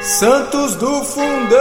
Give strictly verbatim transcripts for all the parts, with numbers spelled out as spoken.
Santos do Fundão!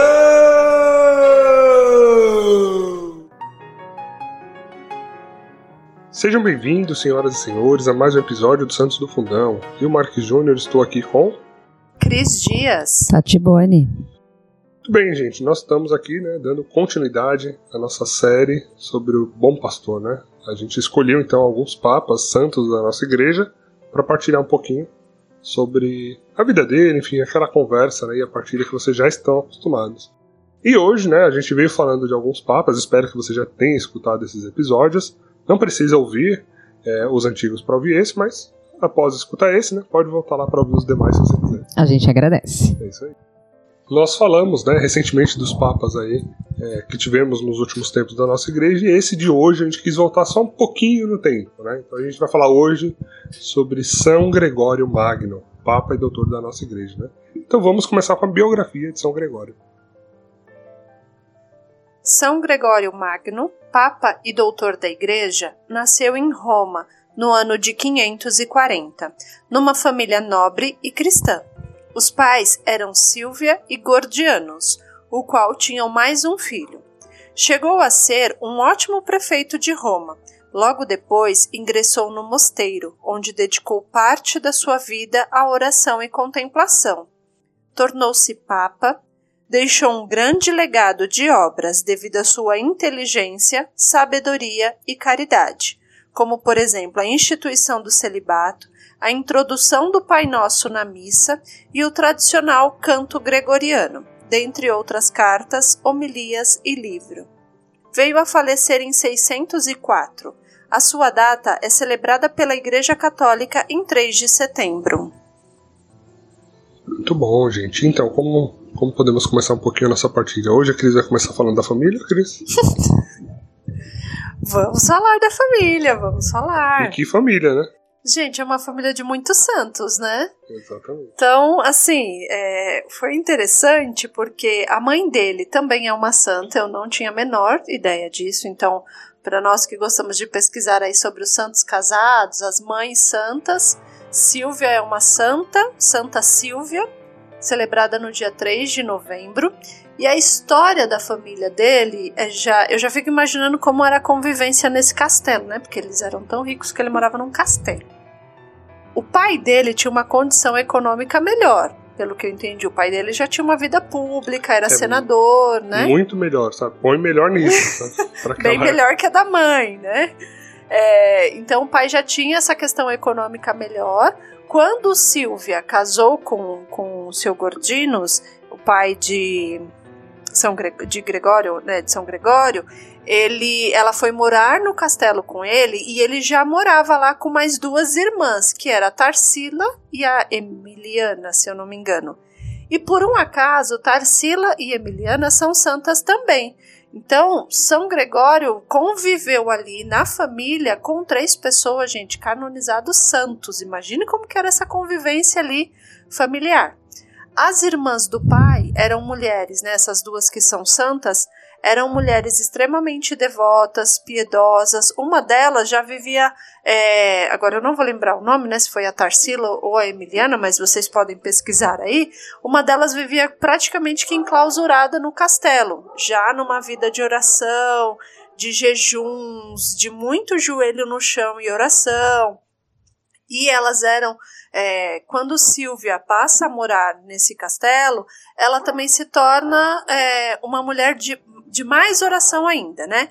Sejam bem-vindos, senhoras e senhores, a mais um episódio do Santos do Fundão. Eu, Marques Júnior, estou aqui com... Cris Dias. Tati Boni. Muito bem, gente, nós estamos aqui, né, dando continuidade à nossa série sobre o Bom Pastor, né? A gente escolheu, então, alguns papas santos da nossa igreja para partilhar um pouquinho sobre a vida dele, enfim, aquela conversa, né, e a partilha que vocês já estão acostumados. E hoje, né, a gente veio falando de alguns papas, espero que você já tenha escutado esses episódios. Não precisa ouvir é, os antigos para ouvir esse, mas após escutar esse, né, pode voltar lá para ouvir os demais se você quiser. A gente agradece. É isso aí. Nós falamos, né, recentemente dos papas aí, é, que tivemos nos últimos tempos da nossa igreja, e esse de hoje a gente quis voltar só um pouquinho no tempo, né? Então a gente vai falar hoje sobre São Gregório Magno, papa e doutor da nossa igreja, né? Então vamos começar com a biografia de São Gregório. São Gregório Magno, papa e doutor da igreja, nasceu em Roma no ano de quinhentos e quarenta, numa família nobre e cristã. Os pais eram Silvia e Gordianus, o qual tinham mais um filho. Chegou a ser um ótimo prefeito de Roma. Logo depois ingressou no mosteiro, onde dedicou parte da sua vida à oração e contemplação. Tornou-se papa, deixou um grande legado de obras devido à sua inteligência, sabedoria e caridade, como, por exemplo, a instituição do celibato, a introdução do Pai Nosso na missa e o tradicional canto gregoriano, dentre outras cartas, homilias e livro. Veio a falecer em seiscentos e quatro. A sua data é celebrada pela Igreja Católica em três de setembro. Muito bom, gente. Então, como, como podemos começar um pouquinho a nossa partilha? Hoje a Cris vai começar falando da família, Cris? Vamos falar da família, vamos falar. E que família, né? Gente, é uma família de muitos santos, né? Exatamente. Então, assim, é, foi interessante porque a mãe dele também é uma santa, eu não tinha a menor ideia disso. Então, para nós que gostamos de pesquisar aí sobre os santos casados, as mães santas, Silvia é uma santa, Santa Silvia, celebrada no dia três de novembro. E a história da família dele, é já, eu já fico imaginando como era a convivência nesse castelo, né? Porque eles eram tão ricos que ele morava num castelo. O pai dele tinha uma condição econômica melhor, pelo que eu entendi. O pai dele já tinha uma vida pública, era é senador, né? Muito melhor, sabe? Põe melhor nisso. Sabe? Bem melhor que a da mãe, né? É, então o pai já tinha essa questão econômica melhor. Quando Silvia casou com, com o seu Gordinos, o pai de São Gre- de Gregório, né, de São Gregório, ele, ela foi morar no castelo com ele e ele já morava lá com mais duas irmãs, que era a Tarsila e a Emiliana, se eu não me engano. E por um acaso, Tarsila e Emiliana são santas também. Então, São Gregório conviveu ali na família com três pessoas, gente, canonizados santos. Imagine como que era essa convivência ali familiar. As irmãs do pai eram mulheres, né, essas duas que são santas, eram mulheres extremamente devotas, piedosas. Uma delas já vivia, é, agora eu não vou lembrar o nome, né, se foi a Tarsila ou a Emiliana, mas vocês podem pesquisar aí. Uma delas vivia praticamente que enclausurada no castelo, já numa vida de oração, de jejuns, de muito joelho no chão e oração. E elas eram, é, quando Silvia passa a morar nesse castelo, ela também se torna é, uma mulher de, de mais oração ainda, né?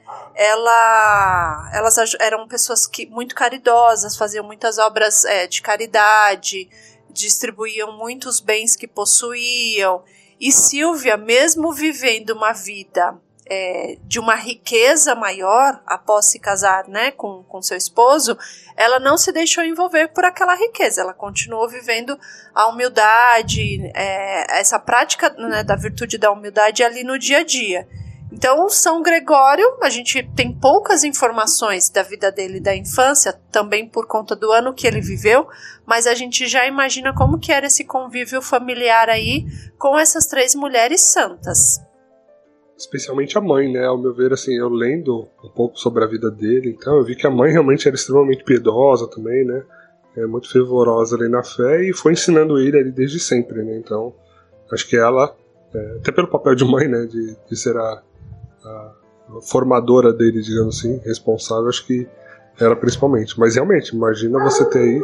Ela, elas eram pessoas que, muito caridosas, faziam muitas obras é, de caridade, distribuíam muitos bens que possuíam. E Silvia, mesmo vivendo uma vida É, de uma riqueza maior após se casar, né, com, com seu esposo, ela não se deixou envolver por aquela riqueza, ela continuou vivendo a humildade, é, essa prática, né, da virtude da humildade ali no dia a dia. Então, São Gregório, a gente tem poucas informações da vida dele, da infância, também por conta do ano que ele viveu, mas a gente já imagina como que era esse convívio familiar aí com essas três mulheres santas. Especialmente a mãe, né? Ao meu ver, assim, eu lendo um pouco sobre a vida dele, então eu vi que a mãe realmente era extremamente piedosa também, né? É muito fervorosa ali na fé e foi ensinando ele ali desde sempre, né? Então, Acho que ela, é, até pelo papel de mãe, né, de, de ser a, a formadora dele, digamos assim, responsável, acho que ela principalmente. Mas realmente, imagina você ter aí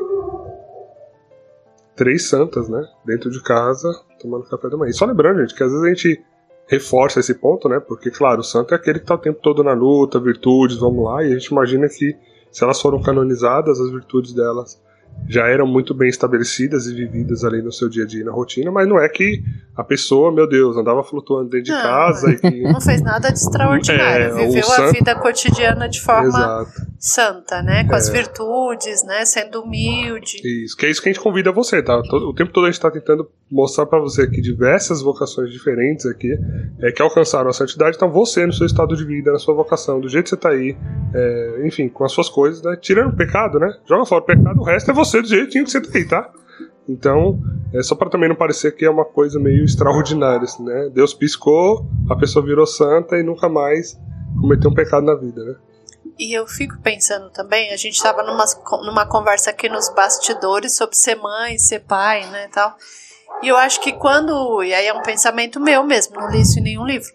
três santas, né, dentro de casa, tomando café da manhã. E só lembrando, gente, que às vezes a gente reforça esse ponto, né, porque, claro, o santo é aquele que está o tempo todo na luta, virtudes, vamos lá, e a gente imagina que se elas foram canonizadas, as virtudes delas já eram muito bem estabelecidas e vividas ali no seu dia a dia, na rotina, mas não é que a pessoa, meu Deus, andava flutuando dentro de não, casa e que... Não fez nada de extraordinário, é, viveu a santo... vida cotidiana de forma Exato. santa, né, com é. as virtudes, né, sendo humilde. Isso, que é isso que a gente convida você, tá? O tempo todo a gente está tentando mostrar para você que diversas vocações diferentes aqui, é, que alcançaram a santidade, então você no seu estado de vida, na sua vocação, do jeito que você está aí, é, enfim, com as suas coisas, né, tirando o pecado, né, joga fora o pecado, o resto é você do jeitinho que você tá aí, tá? Então, é só para também não parecer que é uma coisa meio extraordinária, assim, né? Deus piscou, a pessoa virou santa e nunca mais cometeu um pecado na vida, né? E eu fico pensando também, a gente estava numa, numa conversa aqui nos bastidores sobre ser mãe, ser pai, né, tal. E eu acho que quando, e aí é um pensamento meu mesmo, não li isso em nenhum livro,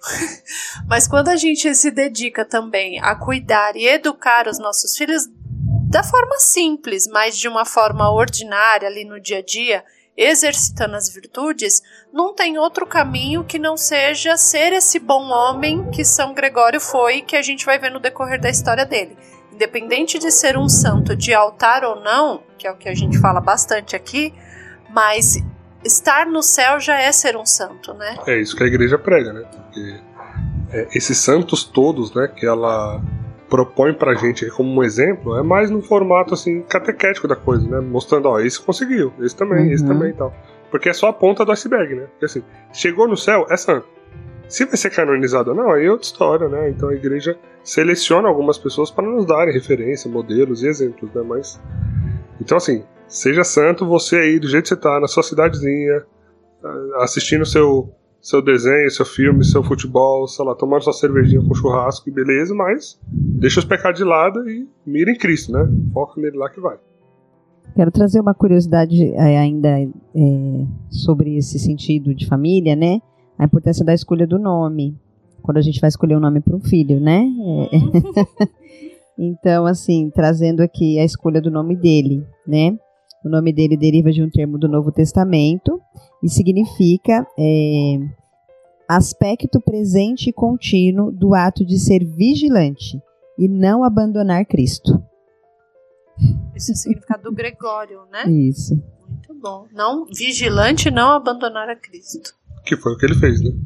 mas quando a gente se dedica também a cuidar e educar os nossos filhos da forma simples, mas de uma forma ordinária ali no dia a dia, exercitando as virtudes, não tem outro caminho que não seja ser esse bom homem que São Gregório foi, que a gente vai ver no decorrer da história dele. Independente de ser um santo de altar ou não, que é o que a gente fala bastante aqui, mas estar no céu já é ser um santo, né? É isso que a igreja prega, né? Porque é, esses santos todos, né, que ela propõe pra gente como um exemplo, é mais no formato assim catequético da coisa, né? Mostrando, ó, esse conseguiu, esse também, uhum. esse também e tal. Porque é só a ponta do iceberg, né? Porque assim, chegou no céu, é santo. Se vai ser canonizado ou não, aí é outra história, né? Então a igreja seleciona algumas pessoas para nos darem referência, modelos e exemplos, né? Mas, então assim, seja santo você aí, do jeito que você tá, na sua cidadezinha, assistindo o seu, seu desenho, seu filme, seu futebol, sei lá, tomando sua cervejinha com churrasco e beleza, mas deixa os pecados de lado e mira em Cristo, né? Foca nele lá que vai. Quero trazer uma curiosidade ainda é, sobre esse sentido de família, né? A importância da escolha do nome, quando a gente vai escolher um nome para um filho, né? É. Então, assim, trazendo aqui a escolha do nome dele, né? O nome dele deriva de um termo do Novo Testamento e significa é, aspecto presente e contínuo do ato de ser vigilante e não abandonar Cristo. Esse é o significado do Gregório, né? Isso. Muito bom. Não, vigilante e não abandonar a Cristo. Que foi o que ele fez, né?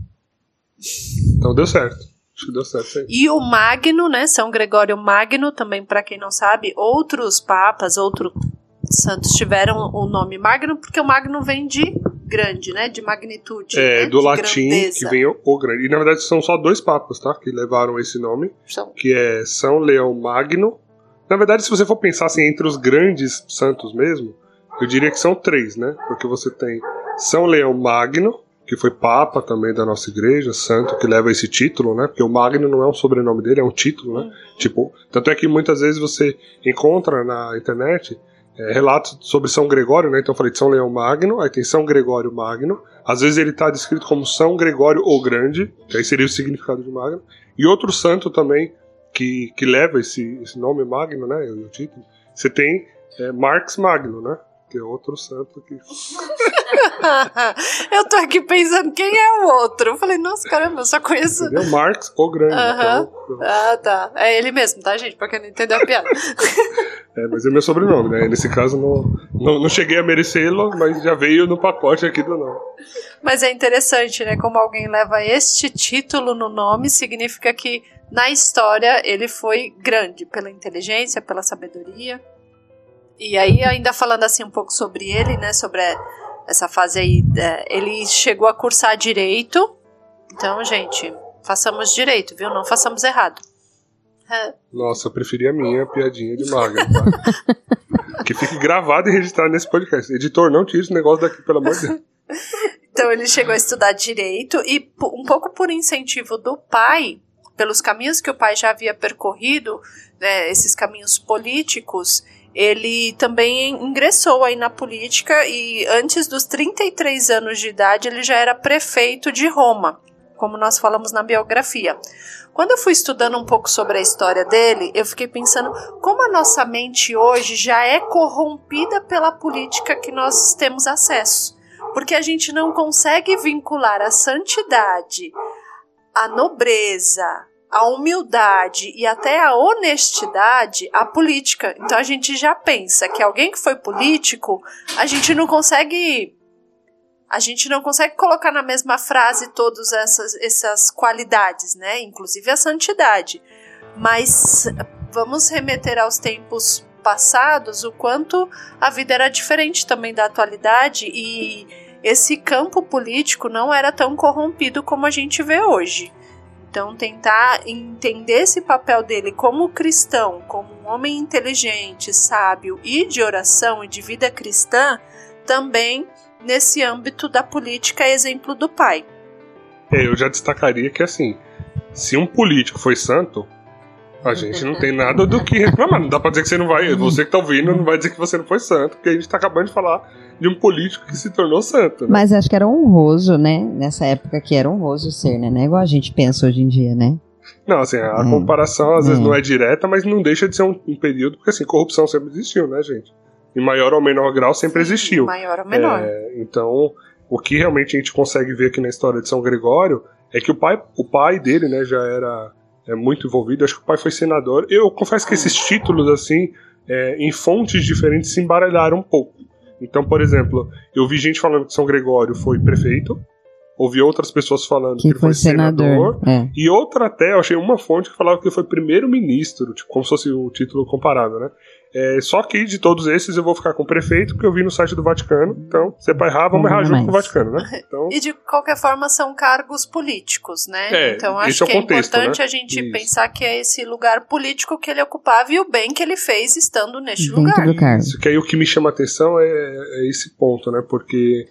Então deu certo. Acho que deu certo sim. E o Magno, né? São Gregório Magno, também para quem não sabe, outros papas, outros santos tiveram o nome Magno, porque o Magno vem de grande, né? De magnitude. É, né? do de latim, grandeza. Que vem o, o grande. E na verdade são só dois papas, tá? Que levaram esse nome. São. Que é São Leão Magno. Na verdade, se você for pensar assim, entre os grandes santos mesmo, eu diria que são três, né? Porque você tem São Leão Magno, que foi papa também da nossa igreja, santo que leva esse título, né? Porque o Magno não é um sobrenome dele, é um título, né? Uhum. Tipo, tanto é que muitas vezes você encontra na internet é, relatos sobre São Gregório, né? Então eu falei de São Leão Magno, aí tem São Gregório Magno. Às vezes ele está descrito como São Gregório o Grande, que aí seria o significado de Magno. E outro santo também que, que leva esse, esse nome Magno, né? O título. Você tem é, Marx Magno, né? Que é outro santo que... Eu tô aqui pensando quem é o outro. Eu falei, nossa, caramba, eu só conheço... Entendeu? Marx o Grande. Uh-huh. Então... Ah, tá. É ele mesmo, tá, gente? Pra quem não entendeu a piada. É, mas é meu sobrenome, né? Nesse caso, não, não, não cheguei a merecê-lo, mas já veio no pacote aqui do nome. Mas é interessante, né? Como alguém leva este título no nome, significa que na história ele foi grande pela inteligência, pela sabedoria. E aí, ainda falando assim um pouco sobre ele, né, sobre essa fase aí, ele chegou a cursar direito. Então, gente, façamos direito, viu? Não façamos errado. É. Nossa, eu preferi a minha piadinha de magra, tá? Que fique gravado e registrado nesse podcast. Editor, não tire esse negócio daqui, pelo amor de Deus. Então, ele chegou a estudar direito e um pouco por incentivo do pai, pelos caminhos que o pai já havia percorrido, né, esses caminhos políticos, ele também ingressou aí na política e antes dos trinta e três anos de idade ele já era prefeito de Roma, como nós falamos na biografia. Quando eu fui estudando um pouco sobre a história dele, eu fiquei pensando como a nossa mente hoje já é corrompida pela política que nós temos acesso. Porque a gente não consegue vincular a santidade, a nobreza, a humildade e até a honestidade à política. Então a gente já pensa que alguém que foi político, a gente não consegue... A gente não consegue colocar na mesma frase todas essas, essas qualidades, né? Inclusive a santidade. Mas vamos remeter aos tempos passados, o quanto a vida era diferente também da atualidade e esse campo político não era tão corrompido como a gente vê hoje. Então tentar entender esse papel dele como cristão, como um homem inteligente, sábio e de oração e de vida cristã, também nesse âmbito da política, exemplo do pai. É, eu já destacaria que, assim, se um político foi santo, a gente não tem nada do que reclamar. Não dá pra dizer que você não vai, você que tá ouvindo não vai dizer que você não foi santo, porque a gente tá acabando de falar de um político que se tornou santo, né? Mas acho que era honroso, né? Nessa época que era honroso ser, né? Não é igual a gente pensa hoje em dia, né? Não, assim, a é. comparação às é. vezes não é direta, mas não deixa de ser um, um período, porque, assim, corrupção sempre existiu, né, gente? Em maior ou menor grau sempre existiu. Maior ou menor. É, então, o que realmente a gente consegue ver aqui na história de São Gregório é que o pai, o pai dele, né, já era é, muito envolvido. Acho que o pai foi senador. Eu confesso que esses títulos, assim, é, em fontes diferentes se embaralharam um pouco. Então, por exemplo, eu vi gente falando que São Gregório foi prefeito, ouvi outras pessoas falando que, que ele foi, foi senador, senador é. E outra até, eu achei uma fonte que falava que ele foi primeiro-ministro, tipo, como se fosse o título comparado, né? É, só que de todos esses eu vou ficar com o prefeito, porque eu vi no site do Vaticano. Então, se é pra errar, vamos errar junto com o Vaticano, né? Então... E de qualquer forma são cargos políticos, né? É, então acho é que contexto, é importante, né? a gente Isso. pensar que é esse lugar político que ele ocupava e o bem que ele fez estando neste Dentro lugar. Do cargo. Isso, que aí o que me chama a atenção é, é esse ponto, né? Porque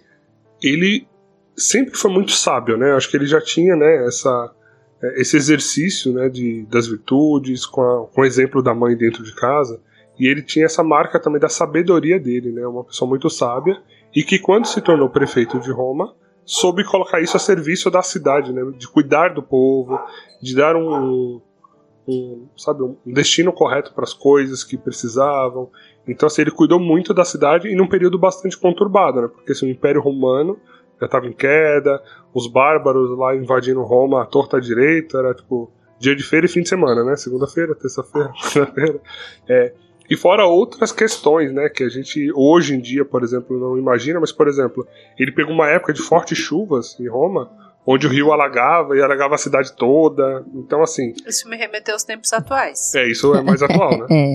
ele sempre foi muito sábio, né? Acho que ele já tinha, né, essa, esse exercício, né, de, das virtudes, com, a, com o exemplo da mãe dentro de casa. E ele tinha essa marca também da sabedoria dele, né? Uma pessoa muito sábia. E que quando se tornou prefeito de Roma, soube colocar isso a serviço da cidade, né? De cuidar do povo, de dar um, um, sabe, um destino correto para as coisas que precisavam. Então, assim, ele cuidou muito da cidade e num período bastante conturbado, né? Porque assim, o Império Romano já estava em queda, os bárbaros lá invadindo Roma à torta à direita, era tipo dia de feira e fim de semana, né? Segunda-feira, terça-feira, quarta-feira. É... E fora outras questões, né, que a gente hoje em dia, por exemplo, não imagina, mas, por exemplo, ele pegou uma época de fortes chuvas em Roma, onde o rio alagava e alagava a cidade toda. Então, assim... Isso me remeteu aos tempos atuais. É, isso é mais atual, né? É.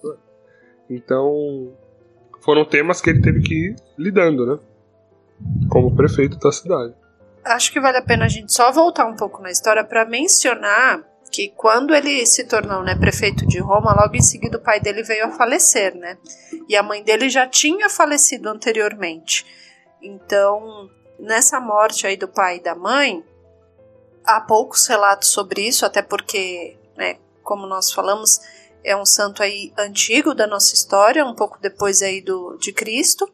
Então, foram temas que ele teve que ir lidando, né? Como prefeito da cidade. Acho que vale a pena a gente só voltar um pouco na história para mencionar que quando ele se tornou, né, prefeito de Roma, logo em seguida o pai dele veio a falecer, né? E a mãe dele já tinha falecido anteriormente. Então, nessa morte aí do pai e da mãe, há poucos relatos sobre isso, até porque, né, como nós falamos, é um santo aí antigo da nossa história, um pouco depois aí do, de Cristo,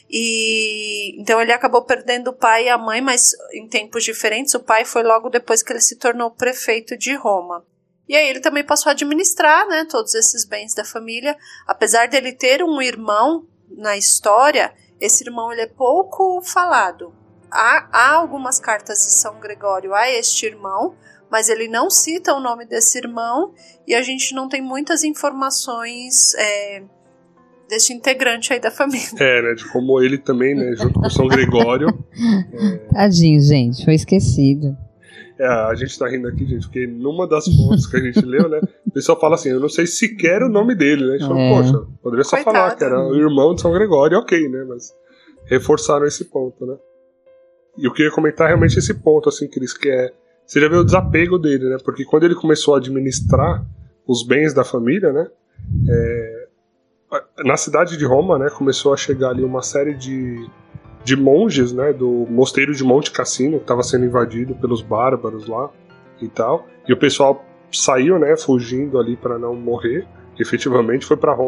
e então ele acabou perdendo o pai e a mãe, mas em tempos diferentes. O pai foi logo depois que ele se tornou prefeito de Roma. E aí ele também passou a administrar, né, todos esses bens da família. Apesar dele ter um irmão na história, esse irmão ele é pouco falado. Há, há algumas cartas de São Gregório a este irmão, mas ele não cita o nome desse irmão e a gente não tem muitas informações é, deste integrante aí da família. É, né, de como ele também, né, junto com São Gregório... é... Tadinho, gente, foi esquecido. É, a gente tá rindo aqui, gente, porque numa das fontes que a gente leu, né, o pessoal fala assim, eu não sei sequer o nome dele, né, a gente fala, é. poxa, poderia só Coitado. falar que era o irmão de São Gregório, ok, né, mas reforçaram esse ponto, né. E eu queria comentar realmente esse ponto, assim, Cris, que é, você já vê o desapego dele, né, porque quando ele começou a administrar os bens da família, né, é, na cidade de Roma, né, começou a chegar ali uma série de, de monges, né, do mosteiro de Monte Cassino, que estava sendo invadido pelos bárbaros lá e tal, e o pessoal saiu, né, fugindo ali para não morrer, efetivamente foi para Roma,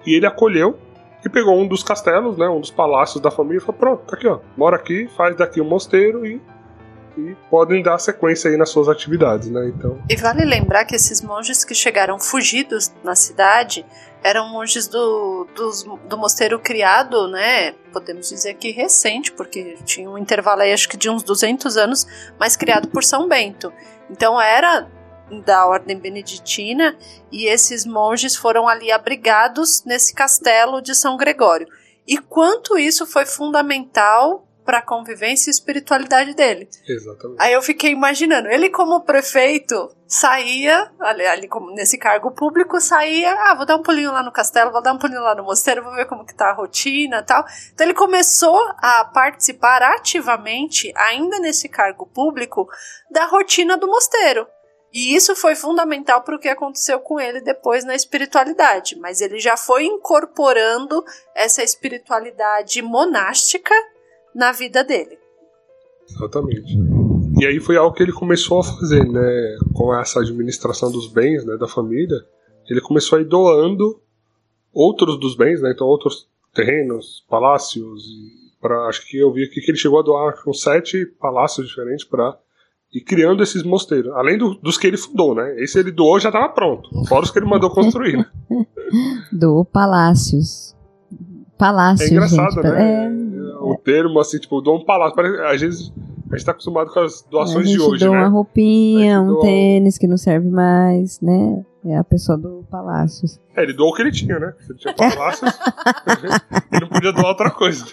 e ele acolheu e pegou um dos castelos, né, um dos palácios da família e falou, pronto, tá aqui, ó, mora aqui, faz daqui um mosteiro e, e podem dar sequência aí nas suas atividades, né, então... E vale lembrar que esses monges que chegaram fugidos na cidade eram monges do, do, do mosteiro criado, né, podemos dizer que recente, porque tinha um intervalo aí acho que de uns duzentos anos, mas criado por São Bento. Então era da ordem beneditina e esses monges foram ali abrigados nesse castelo de São Gregório. E quanto isso foi fundamental para a convivência e espiritualidade dele. Exatamente. Aí eu fiquei imaginando, ele como prefeito saía, ali, ali como nesse cargo público, saía, ah, vou dar um pulinho lá no castelo, vou dar um pulinho lá no mosteiro, vou ver como que tá a rotina e tal. Então ele começou a participar ativamente, ainda nesse cargo público, da rotina do mosteiro. E isso foi fundamental para o que aconteceu com ele depois na espiritualidade. Mas ele já foi incorporando essa espiritualidade monástica na vida dele. Exatamente. E aí foi algo que ele começou a fazer, né? Com essa administração dos bens, né, da família, ele começou a ir doando outros dos bens, né? Então outros terrenos, palácios, e pra, acho que eu vi aqui que ele chegou a doar uns sete palácios diferentes para e criando esses mosteiros, além do, dos que ele fundou, né? Esse ele doou já estava pronto, fora os que ele mandou construir, né? Doou palácios. Palácios, é engraçado, gente, né? É... O termo, assim, tipo, doou um palácio. Parece, às vezes a gente tá acostumado com as doações de hoje, né? A gente doa uma roupinha, um doa... tênis que não serve mais, né? É a pessoa do palácios. É, ele doou o que ele tinha, né? Se ele tinha palácios, ele não podia doar outra coisa.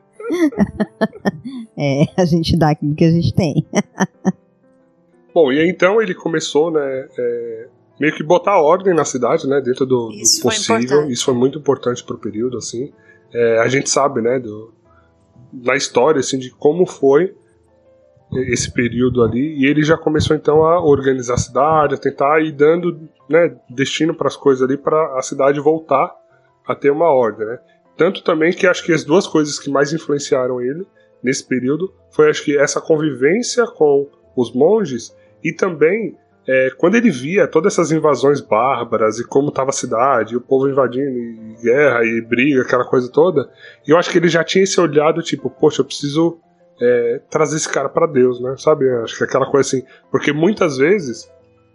É, a gente dá aquilo que a gente tem. Bom, e aí então ele começou, né, é, meio que botar ordem na cidade, né, dentro do, do possível. Isso foi muito importante pro período, assim. É, a gente sabe, né, do, da história, assim, de como foi esse período ali, e ele já começou então a organizar a cidade, a tentar ir dando, né, destino para as coisas ali, para a cidade voltar a ter uma ordem, né. Tanto também que acho que as duas coisas que mais influenciaram ele nesse período foi, acho que, essa convivência com os monges e também é, quando ele via todas essas invasões bárbaras e como estava a cidade, e o povo invadindo, e guerra e briga, aquela coisa toda, eu acho que ele já tinha esse olhado tipo, poxa, eu preciso é, trazer esse cara para Deus, né? Sabe? Acho que aquela coisa assim, porque muitas vezes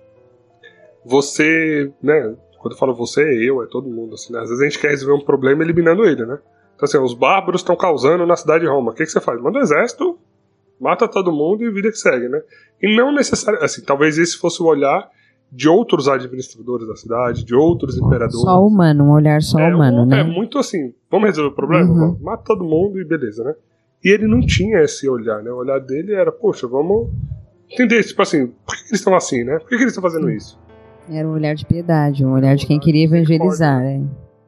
você, né? Quando eu falo você, é eu, é todo mundo, assim, né? Às vezes a gente quer resolver um problema eliminando ele, né? Então assim, os bárbaros estão causando na cidade de Roma. O que, que você faz? Manda o exército, mata todo mundo e vida que segue, né? E não necessariamente, assim, talvez esse fosse o olhar de outros administradores da cidade, de outros imperadores. Só humano, um olhar só é, humano, um, né? É muito assim, vamos resolver o problema? Uhum. Vamos, mata todo mundo e beleza, né? E ele não tinha esse olhar, né? O olhar dele era, poxa, vamos entender, tipo assim, por que, que eles estão assim, né? Por que, que eles estão fazendo isso? Era um olhar de piedade, um olhar de quem queria evangelizar, né?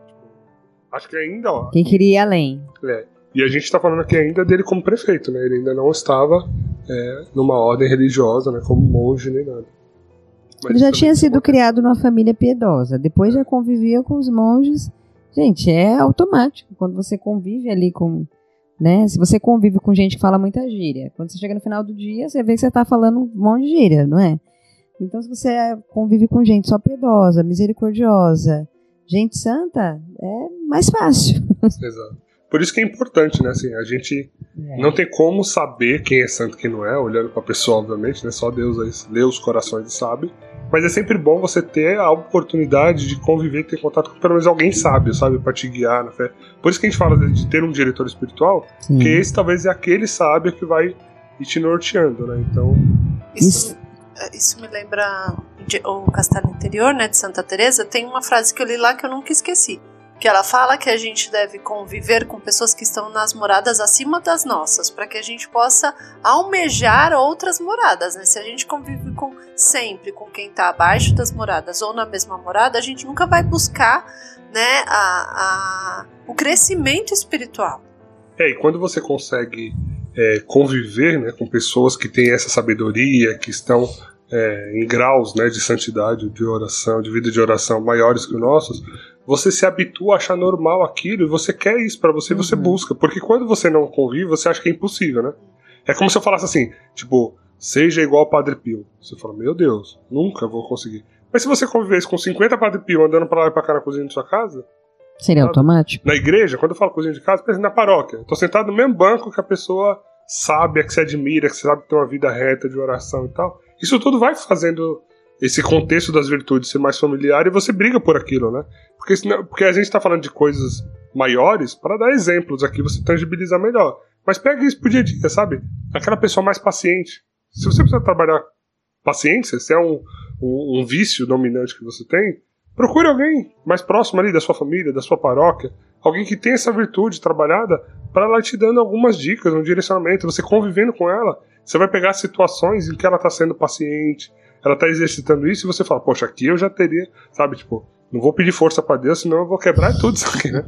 Acho que ainda, ó. Quem queria ir além. É. E a gente tá falando aqui ainda dele como prefeito, né? Ele ainda não estava é, numa ordem religiosa, né? Como monge nem nada. Mas ele já tinha sido criado numa família piedosa. Depois já convivia com os monges. Gente, é automático. Quando você convive ali com... né? Se você convive com gente que fala muita gíria, quando você chega no final do dia, você vê que você tá falando um monte de gíria, não é? Então, se você convive com gente só piedosa, misericordiosa, gente santa, é mais fácil. Exato. Por isso que é importante, né? Assim, a gente é. não tem como saber quem é santo e quem não é, olhando pra pessoa, obviamente, né? Só Deus aí lê os corações e sabe. Mas é sempre bom você ter a oportunidade de conviver e ter contato com pelo menos alguém sábio, sabe? Pra te guiar na fé. Por isso que a gente fala de ter um diretor espiritual, Sim. que esse talvez é aquele sábio que vai ir te norteando, né? Então... Isso... Isso me lembra de, o Castelo Interior, né, de Santa Teresa. Tem uma frase que eu li lá que eu nunca esqueci, que ela fala que a gente deve conviver com pessoas que estão nas moradas acima das nossas, para que a gente possa almejar outras moradas, né? Se a gente convive com, sempre com quem está abaixo das moradas ou na mesma morada, a gente nunca vai buscar, né, a, a, o crescimento espiritual. É, e quando você consegue É, conviver, né, com pessoas que têm essa sabedoria, que estão é, em graus, né, de santidade, de oração, de vida de oração maiores que os nossos, você se habitua a achar normal aquilo e você quer isso pra você e você uhum. busca. Porque quando você não convive, você acha que é impossível, né? É como se eu falasse assim, tipo, seja igual ao Padre Pio. Você fala, meu Deus, nunca vou conseguir. Mas se você convivesse com cinquenta Padre Pio andando pra lá e pra cá na cozinha da sua casa, Seria sabe? Automático? Na igreja, quando eu falo cozinha de casa, pensa na paróquia. Eu tô sentado no mesmo banco que a pessoa sábia, que se admira, que sabe que tem uma vida reta de oração e tal. Isso tudo vai fazendo esse contexto das virtudes ser mais familiar e você briga por aquilo, né? Porque, senão, porque a gente tá falando de coisas maiores para dar exemplos aqui, você tangibilizar melhor. Mas pega isso pro dia a dia, sabe? Aquela pessoa mais paciente. Se você precisa trabalhar paciência, se é um, um, um vício dominante que você tem, procure alguém mais próximo ali da sua família, da sua paróquia, alguém que tem essa virtude trabalhada para ela te dando algumas dicas, um direcionamento, você convivendo com ela, você vai pegar situações em que ela tá sendo paciente, ela tá exercitando isso e você fala, poxa, aqui eu já teria, sabe, tipo, não vou pedir força para Deus, senão eu vou quebrar tudo isso aqui, né?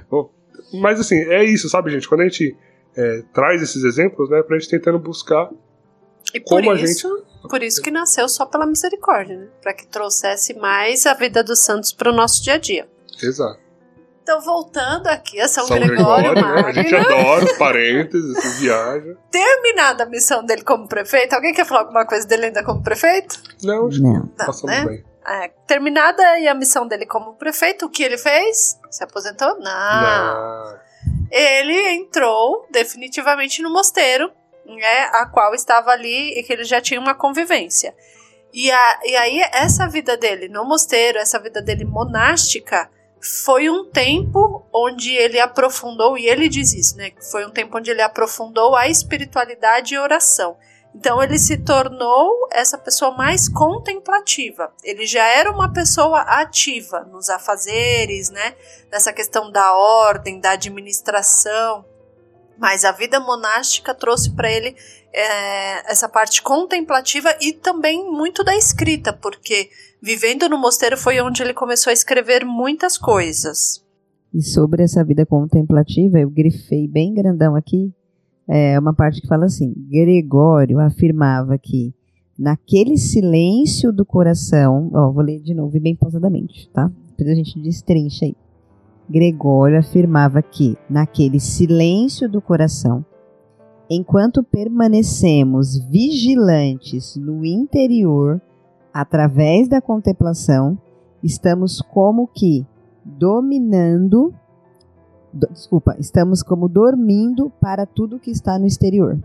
Mas assim, é isso, sabe, gente, quando a gente é, traz esses exemplos, né, pra gente tentando buscar e por como isso, a gente... por isso que nasceu só pela misericórdia, né? Para que trouxesse mais a vida dos santos para o nosso dia a dia. Exato. Então, voltando aqui a São, São Gregório, Gregório Magno, né? A gente adora os parênteses, essa viagem. Terminada a missão dele como prefeito, alguém quer falar alguma coisa dele ainda como prefeito? Não, não. Passamos né? bem. É, terminada aí a missão dele como prefeito, o que ele fez? Se aposentou? Não. Não. Ele entrou definitivamente no mosteiro, né, a qual estava ali e que ele já tinha uma convivência. E, a, e aí essa vida dele no mosteiro, essa vida dele monástica, foi um tempo onde ele aprofundou, e ele diz isso, né, que foi um tempo onde ele aprofundou a espiritualidade e oração. Então ele se tornou essa pessoa mais contemplativa. Ele já era uma pessoa ativa nos afazeres, né, nessa questão da ordem, da administração. Mas a vida monástica trouxe para ele é, essa parte contemplativa e também muito da escrita, porque vivendo no mosteiro foi onde ele começou a escrever muitas coisas. E sobre essa vida contemplativa, eu grifei bem grandão aqui, é uma parte que fala assim, Gregório afirmava que naquele silêncio do coração, ó, vou ler de novo bem pausadamente, tá? Depois a gente destrincha aí. Gregório afirmava que, naquele silêncio do coração, enquanto permanecemos vigilantes no interior, através da contemplação, estamos como que dominando, do, desculpa, estamos como dormindo para tudo que está no exterior.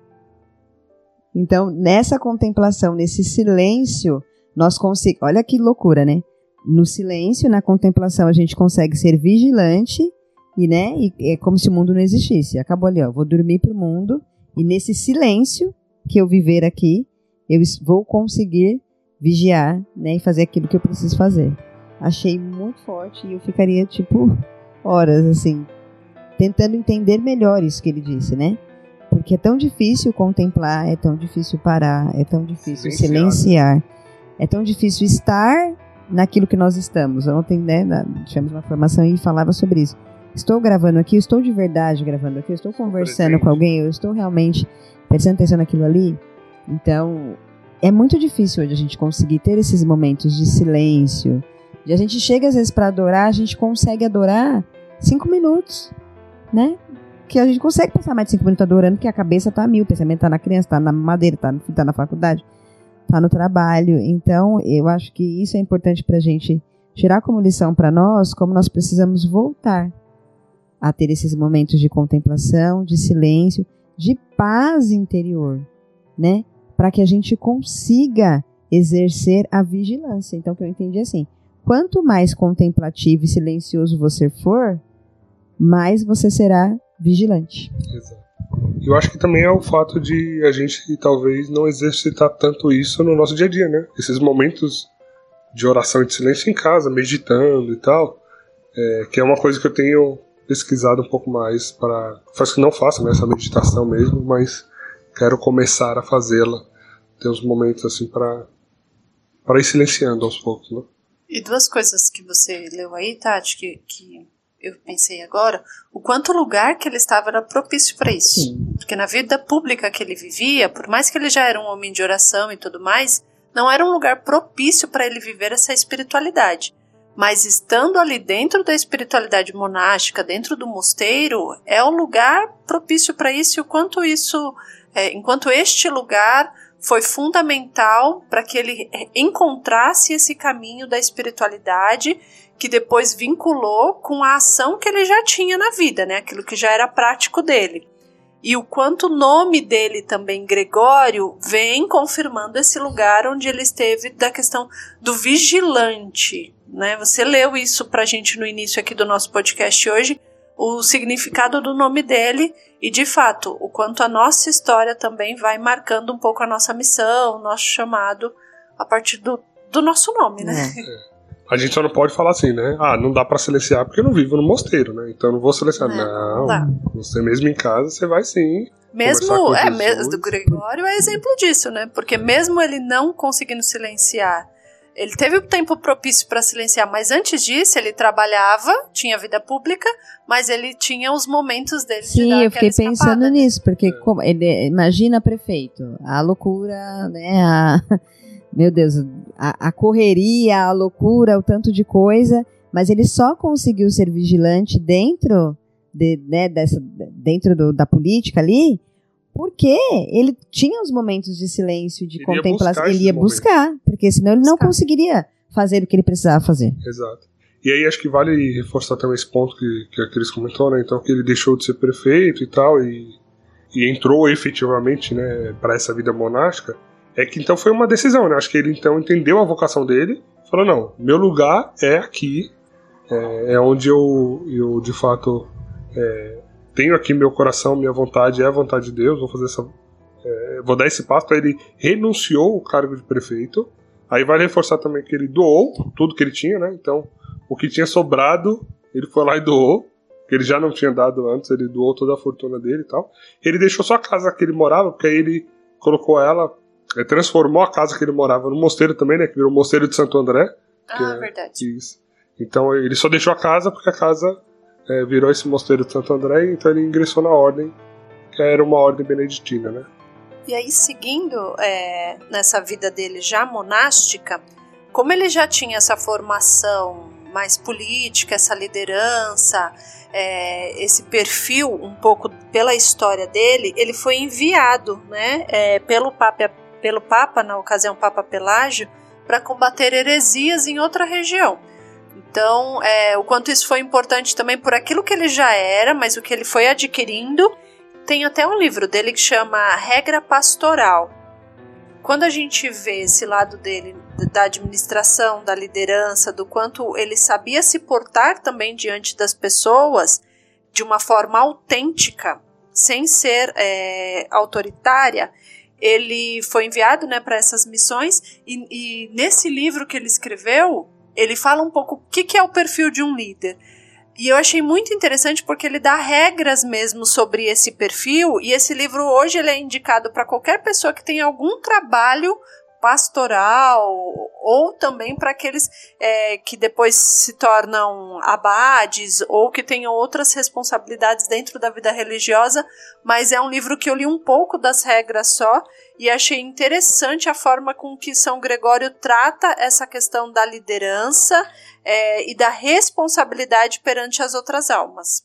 Então, nessa contemplação, nesse silêncio, nós conseguimos, olha que loucura, né? No silêncio, na contemplação, a gente consegue ser vigilante e, né, e é como se o mundo não existisse. Acabou ali, ó, vou dormir pro mundo e nesse silêncio que eu viver aqui, eu vou conseguir vigiar, né, e fazer aquilo que eu preciso fazer. Achei muito forte e eu ficaria, tipo, horas, assim, tentando entender melhor isso que ele disse, né? Porque é tão difícil contemplar, é tão difícil parar, é tão difícil silenciar, é tão difícil estar naquilo que nós estamos. Ontem, né, tivemos uma formação e falava sobre isso. Estou gravando aqui, eu estou de verdade gravando aqui, eu estou conversando com alguém, eu estou realmente prestando atenção naquilo ali. Então, é muito difícil hoje a gente conseguir ter esses momentos de silêncio. E a gente chega às vezes para adorar, a gente consegue adorar cinco minutos, né? Que a gente consegue passar mais de cinco minutos adorando, porque a cabeça tá a mil, o pensamento tá na criança, tá na madeira, tá, tá na faculdade, tá no trabalho. Então, eu acho que isso é importante pra gente tirar como lição para nós, como nós precisamos voltar a ter esses momentos de contemplação, de silêncio, de paz interior, né? Para que a gente consiga exercer a vigilância. Então, o que eu entendi é assim, quanto mais contemplativo e silencioso você for, mais você será vigilante. Exato. Eu acho que também é o fato de a gente talvez não exercitar tanto isso no nosso dia a dia, né? Esses momentos de oração e de silêncio em casa, meditando e tal, é, que é uma coisa que eu tenho pesquisado um pouco mais para... Faz que não faço, né, essa meditação mesmo, mas quero começar a fazê-la. Ter uns momentos assim para para ir silenciando aos poucos, né? E duas coisas que você leu aí, Tati, que... que... eu pensei agora, o quanto o lugar que ele estava era propício para isso. Sim. Porque na vida pública que ele vivia, por mais que ele já era um homem de oração e tudo mais, não era um lugar propício para ele viver essa espiritualidade. Mas estando ali dentro da espiritualidade monástica, dentro do mosteiro, é o lugar propício para isso, e o quanto isso, é, enquanto este lugar foi fundamental para que ele encontrasse esse caminho da espiritualidade que depois vinculou com a ação que ele já tinha na vida, né? Aquilo que já era prático dele. E o quanto o nome dele também, Gregório, vem confirmando esse lugar onde ele esteve da questão do vigilante, né? Você leu isso pra gente no início aqui do nosso podcast hoje, o significado do nome dele e, de fato, o quanto a nossa história também vai marcando um pouco a nossa missão, o nosso chamado a partir do, do nosso nome, né? É. A gente só não pode falar assim, né? Ah, não dá pra silenciar porque eu não vivo no mosteiro, né? Então eu não vou silenciar. É, não, não dá. Você mesmo em casa, você vai sim. Mesmo, é, mesmo do Gregório é exemplo disso, né? Porque mesmo ele não conseguindo silenciar, ele teve o tempo propício para silenciar, mas antes disso ele trabalhava, tinha vida pública, mas ele tinha os momentos dele Sim, de dar eu fiquei aquela pensando escapada, nisso, porque É. como, ele, imagina prefeito, a loucura, né, a, meu Deus, a, a correria, a loucura, o tanto de coisa, mas ele só conseguiu ser vigilante dentro, de, né, dessa, dentro do, da política ali, porque ele tinha os momentos de silêncio, de Ele ia contemplação, buscar ele ia esses momentos. buscar, porque senão ele não Buscar. conseguiria fazer o que ele precisava fazer. Exato. E aí acho que vale reforçar também esse ponto que, que a Cris comentou, né? Então que ele deixou de ser prefeito e tal, e, e entrou efetivamente, né, para essa vida monástica, é que então foi uma decisão, né? Acho que ele então entendeu a vocação dele, falou, não, meu lugar é aqui, é, é onde eu, eu de fato é, tenho aqui meu coração, minha vontade é a vontade de Deus, vou fazer essa, é, vou dar esse passo. Então ele renunciou o cargo de prefeito. Aí vale reforçar também que ele doou tudo que ele tinha, né? Então o que tinha sobrado ele foi lá e doou, que ele já não tinha dado antes, ele doou toda a fortuna dele e tal. Ele deixou só a casa que ele morava, porque aí ele colocou ela, ele transformou a casa que ele morava no mosteiro também, né? Que virou o mosteiro de Santo André. Ah, é, verdade. Isso. Então ele só deixou a casa porque a casa é, virou esse mosteiro de Santo André, então ele ingressou na ordem, que era uma ordem beneditina, né? E aí, seguindo é, nessa vida dele já monástica, como ele já tinha essa formação mais política, essa liderança, é, esse perfil um pouco pela história dele, ele foi enviado, né, é, pelo, Papa, pelo Papa, na ocasião Papa Pelágio, para combater heresias em outra região. Então, é, o quanto isso foi importante também por aquilo que ele já era, mas o que ele foi adquirindo. Tem até um livro dele que chama Regra Pastoral. Quando a gente vê esse lado dele, da administração, da liderança, do quanto ele sabia se portar também diante das pessoas de uma forma autêntica, sem ser é, autoritária, ele foi enviado, né, para essas missões e, e nesse livro que ele escreveu, ele fala um pouco o que, que é o perfil de um líder. E eu achei muito interessante porque ele dá regras mesmo sobre esse perfil, e esse livro hoje ele é indicado para qualquer pessoa que tem algum trabalho pastoral, ou também para aqueles é, que depois se tornam abades, ou que tenham outras responsabilidades dentro da vida religiosa, mas é um livro que eu li um pouco das regras só, e achei interessante a forma com que São Gregório trata essa questão da liderança é, e da responsabilidade perante as outras almas.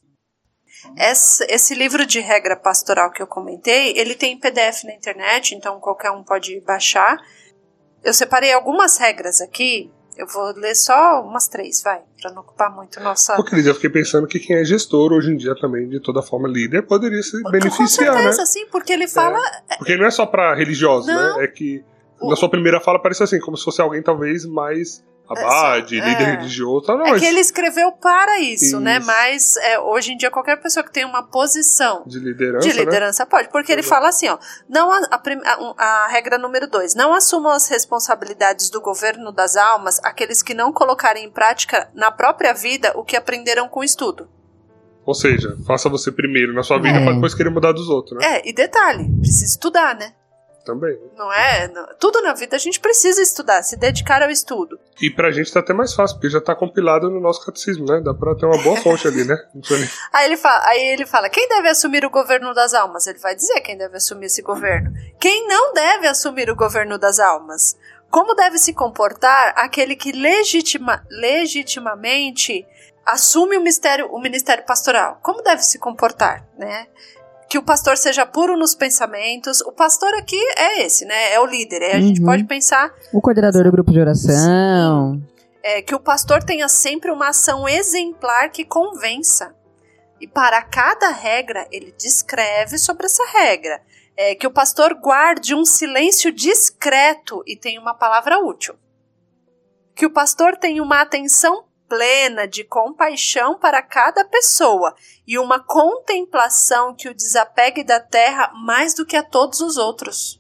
Esse, esse livro de regra pastoral que eu comentei, ele tem P D F na internet, então qualquer um pode baixar. Eu separei algumas regras aqui, eu vou ler só umas três, vai, para não ocupar muito nossa... Pô, Cris, eu fiquei pensando que quem é gestor hoje em dia também, de toda forma líder, poderia se beneficiar, Com certeza, né? sim, porque ele fala... É, porque não é só pra religiosos, Não. né? É que na sua primeira fala parece assim, como se fosse alguém talvez mais abade, É, líder é. religioso. Tá, não, É mas que ele escreveu para isso, Isso. né? Mas é, hoje em dia qualquer pessoa que tem uma posição de liderança, de liderança pode, porque ele Exato. fala assim, ó, não a, a, prim- a- a regra número dois, não assumam as responsabilidades do governo das almas aqueles que não colocarem em prática na própria vida o que aprenderam com o estudo. né? Ou seja, faça você primeiro na sua vida É. pra depois querer mudar dos outros, né? É, e detalhe, precisa estudar, né? Também. Não é? Não- tudo na vida a gente precisa estudar, se dedicar ao estudo. E pra gente tá até mais fácil, porque já tá compilado no nosso catecismo, né? Dá pra ter uma boa fonte ali, né? Não precisa nem... Aí ele, fala, aí ele fala, quem deve assumir o governo das almas? Ele vai dizer quem deve assumir esse governo. Quem não deve assumir o governo das almas? Como deve se comportar aquele que legitima, legitimamente assume o ministério, o ministério pastoral? Como deve se comportar, né? Que o pastor seja puro nos pensamentos. O pastor aqui é esse, né? É o líder. Aí a Uhum. gente pode pensar... O coordenador do grupo de oração. É, que o pastor tenha sempre uma ação exemplar que convença. E para cada regra, ele descreve sobre essa regra. É, que o pastor guarde um silêncio discreto e tenha uma palavra útil. Que o pastor tenha uma atenção plena de compaixão para cada pessoa e uma contemplação que o desapegue da terra mais do que a todos os outros.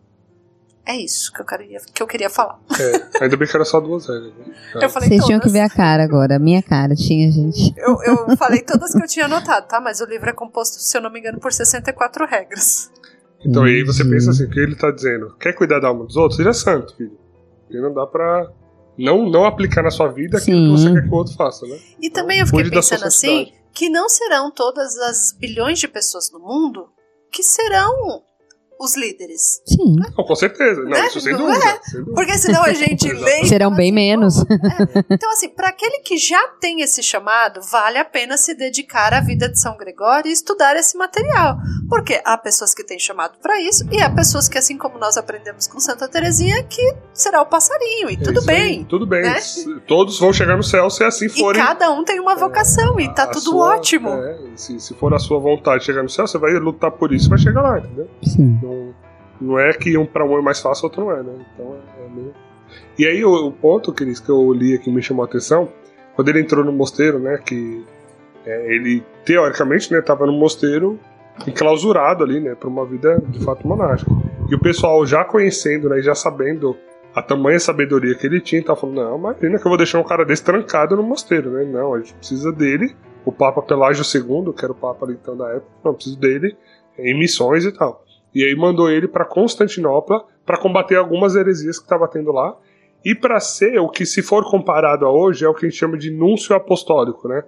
É isso que eu queria, que eu queria falar. É, ainda bem que era só duas regras. Né? Eu falei Vocês todas. tinham que ver a cara agora, a minha cara tinha, gente. Eu, eu falei todas que eu tinha anotado, tá? Mas o livro é composto, se eu não me engano, por sessenta e quatro regras. Então aí você pensa assim, o que ele tá dizendo? Quer cuidar da alma dos outros? Seja santo, filho. E não dá pra não, não aplicar na sua vida aquilo Sim. que você quer que o outro faça, né? E também eu fiquei Cuide da pensando assim, sociedade. que não serão todas as bilhões de pessoas no mundo que serão os líderes. Sim. Não, com certeza. Não, Né? isso sem Não dúvida. é? Sem dúvida. Porque senão a gente lê... e Serão fala bem assim, menos. É. Então, assim, para aquele que já tem esse chamado, vale a pena se dedicar à vida de São Gregório e estudar esse material. Porque há pessoas que têm chamado para isso e há pessoas que, assim como nós aprendemos com Santa Teresinha, que será o passarinho. E É tudo isso aí, bem. Tudo bem. né? Todos vão chegar no céu se assim E forem. cada um tem uma vocação e tá a tudo sua- ótimo. É, se, se for a sua vontade chegar no céu, você vai lutar por isso e vai chegar lá, entendeu? Sim. Não, não é que um pra um é mais fácil, outro não é, né? Então é, é meio... E aí o, o ponto, Cris, que eu li aqui me chamou a atenção, quando ele entrou no mosteiro, né? Que é, ele, teoricamente, né, tava no mosteiro enclausurado ali, né? Pra uma vida de fato monástica. E o pessoal já conhecendo, né? E já sabendo a tamanha sabedoria que ele tinha, tava falando, não, imagina que eu vou deixar um cara desse trancado no mosteiro, né? Não, a gente precisa dele. O Papa Pelágio segundo, que era o Papa ali, então da época, não, preciso dele em missões e tal. E aí mandou ele para Constantinopla para combater algumas heresias que estava tendo lá e para ser o que, se for comparado a hoje, é o que a gente chama de núncio apostólico, né?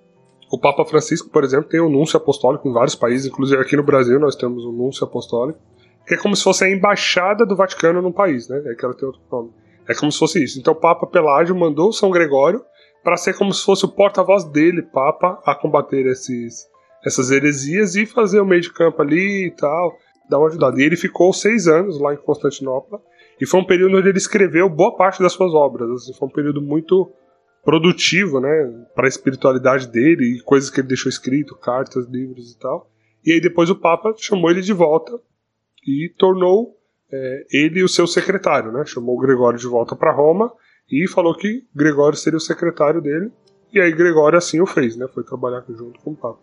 O Papa Francisco, por exemplo, tem um núncio apostólico em vários países, inclusive aqui no Brasil nós temos um núncio apostólico, que é como se fosse a embaixada do Vaticano num país, né? É que ela tem outro nome. É como se fosse isso. Então o Papa Pelágio mandou São Gregório para ser como se fosse o porta-voz dele, Papa, a combater esses, essas heresias e fazer o meio de campo ali e tal, dar uma ajudada. E ele ficou seis anos lá em Constantinopla e foi um período onde ele escreveu boa parte das suas obras. Assim, foi um período muito produtivo, né, para a espiritualidade dele e coisas que ele deixou escrito, cartas, livros e tal. E aí depois o Papa chamou ele de volta e tornou é, ele o seu secretário, né? Chamou o Gregório de volta para Roma e falou que Gregório seria o secretário dele. E aí Gregório assim o fez, né? Foi trabalhar junto com o Papa.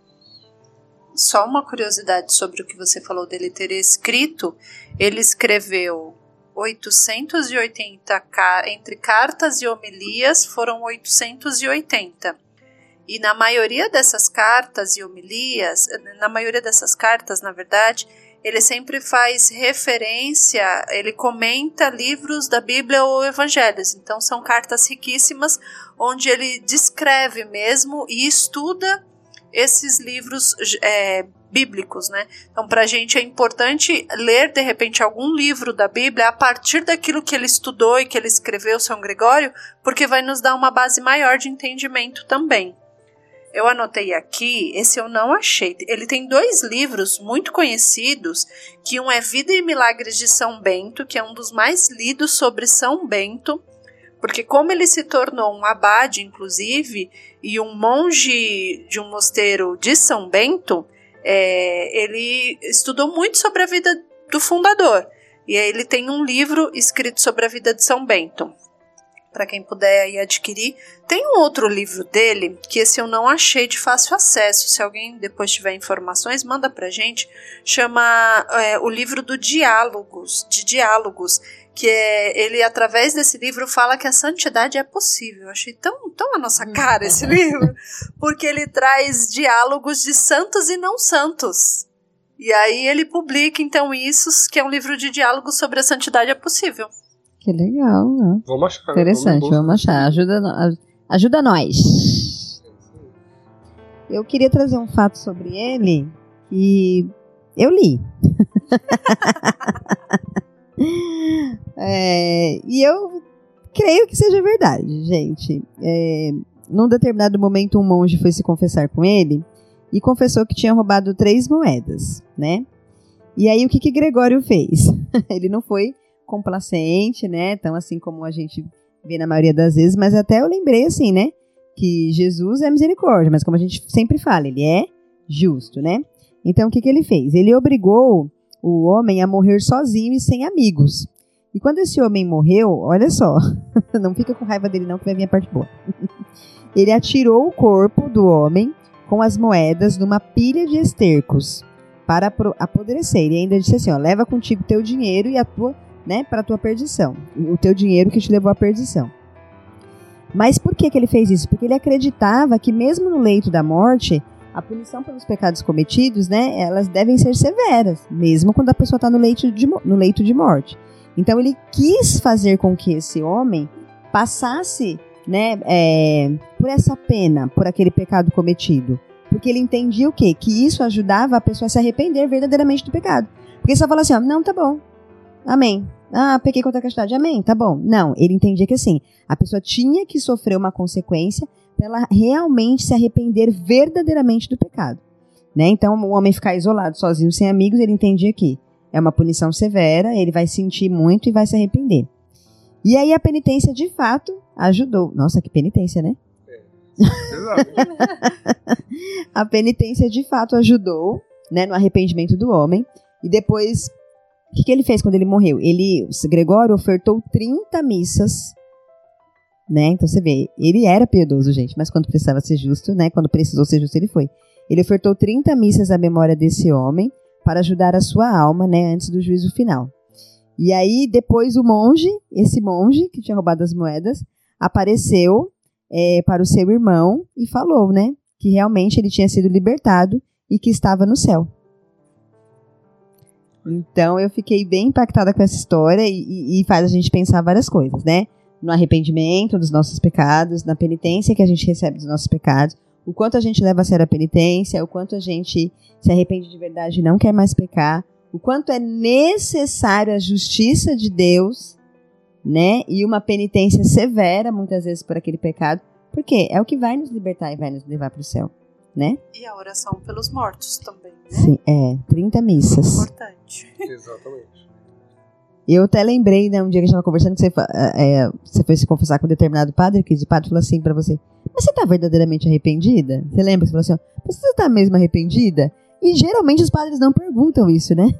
Só uma curiosidade sobre o que você falou dele ter escrito. Ele escreveu oitocentos e oitenta, entre cartas e homilias foram oitocentos e oitenta. E na maioria dessas cartas e homilias, na maioria dessas cartas, na verdade, ele sempre faz referência, ele comenta livros da Bíblia ou evangelhos. Então são cartas riquíssimas, onde ele descreve mesmo e estuda esses livros é, bíblicos, né? Então, para a gente é importante ler, de repente, algum livro da Bíblia a partir daquilo que ele estudou e que ele escreveu, São Gregório, porque vai nos dar uma base maior de entendimento também. Eu anotei aqui, esse eu não achei. Ele tem dois livros muito conhecidos, que um é Vida e Milagres de São Bento, que é um dos mais lidos sobre São Bento, porque como ele se tornou um abade, inclusive, e um monge de um mosteiro de São Bento, é, ele estudou muito sobre a vida do fundador. E aí ele tem um livro escrito sobre a vida de São Bento, para quem puder aí adquirir. Tem um outro livro dele, que esse eu não achei de fácil acesso. Se alguém depois tiver informações, manda pra gente. Chama é, o livro do Diálogos, de Diálogos, que é, ele, através desse livro, fala que a santidade é possível. Eu achei tão, tão a nossa cara esse livro, porque ele traz diálogos de santos e não santos. E aí ele publica, então, isso, que é um livro de diálogos sobre a santidade é possível. Que legal, né? Vamos achar. Interessante, vamos, vamos achar. Ajuda, ajuda nós. Eu queria trazer um fato sobre ele que eu li. é, e eu creio que seja verdade, gente. É, num determinado momento, um monge foi se confessar com ele e confessou que tinha roubado três moedas, né? E aí, o que que Gregório fez? Ele não foi complacente, né? Então, assim como a gente vê na maioria das vezes, mas até eu lembrei assim, né? Que Jesus é misericórdia, mas como a gente sempre fala, ele é justo, né? Então, o que, que ele fez? Ele obrigou o homem a morrer sozinho e sem amigos. E quando esse homem morreu, olha só, não fica com raiva dele não, que vai vir a parte boa. Ele atirou o corpo do homem com as moedas numa pilha de estercos para apodrecer. E ainda disse assim, ó, leva contigo teu dinheiro e a tua, né, para a tua perdição. O teu dinheiro que te levou à perdição. Mas por que que ele fez isso? Porque ele acreditava que mesmo no leito da morte, a punição pelos pecados cometidos, né, elas devem ser severas, mesmo quando a pessoa está no leito de, no leito de morte. Então ele quis fazer com que esse homem passasse, né, é, por essa pena, por aquele pecado cometido. Porque ele entendia o quê? Que isso ajudava a pessoa a se arrepender verdadeiramente do pecado. Porque só fala assim, ó, não, tá bom, amém. Ah, pequei contra a castidade, amém, tá bom. Não, ele entendia que assim, a pessoa tinha que sofrer uma consequência para ela realmente se arrepender verdadeiramente do pecado. Né? Então, o homem ficar isolado, sozinho, sem amigos, ele entendia que é uma punição severa, ele vai sentir muito e vai se arrepender. E aí a penitência, de fato, ajudou. Nossa, que penitência, né? É, a penitência, de fato, ajudou, né, no arrependimento do homem. E depois, o que, que ele fez quando ele morreu? Ele, Gregório ofertou trinta missas, né? Então você vê, ele era piedoso, gente, mas quando precisava ser justo, né? Quando precisou ser justo, ele foi. Ele ofertou trinta missas à memória desse homem para ajudar a sua alma, né, antes do juízo final. E aí, depois o monge, esse monge que tinha roubado as moedas, apareceu é, para o seu irmão e falou, né, que realmente ele tinha sido libertado e que estava no céu. Então, eu fiquei bem impactada com essa história e, e faz a gente pensar várias coisas, né? No arrependimento dos nossos pecados, na penitência que a gente recebe dos nossos pecados, o quanto a gente leva a sério a penitência, o quanto a gente se arrepende de verdade e não quer mais pecar, o quanto é necessário a justiça de Deus, né? E uma penitência severa, muitas vezes, por aquele pecado, porque é o que vai nos libertar e vai nos levar para o céu, né? E a oração pelos mortos também, né? Sim, é, trinta missas. Importante. Exatamente. Eu até lembrei, né, um dia que a gente estava conversando, que você, é, você foi se confessar com um determinado padre, que o padre falou assim pra você, mas você está verdadeiramente arrependida? Você lembra? Você falou assim, ó, você está mesmo arrependida? E geralmente os padres não perguntam isso, né?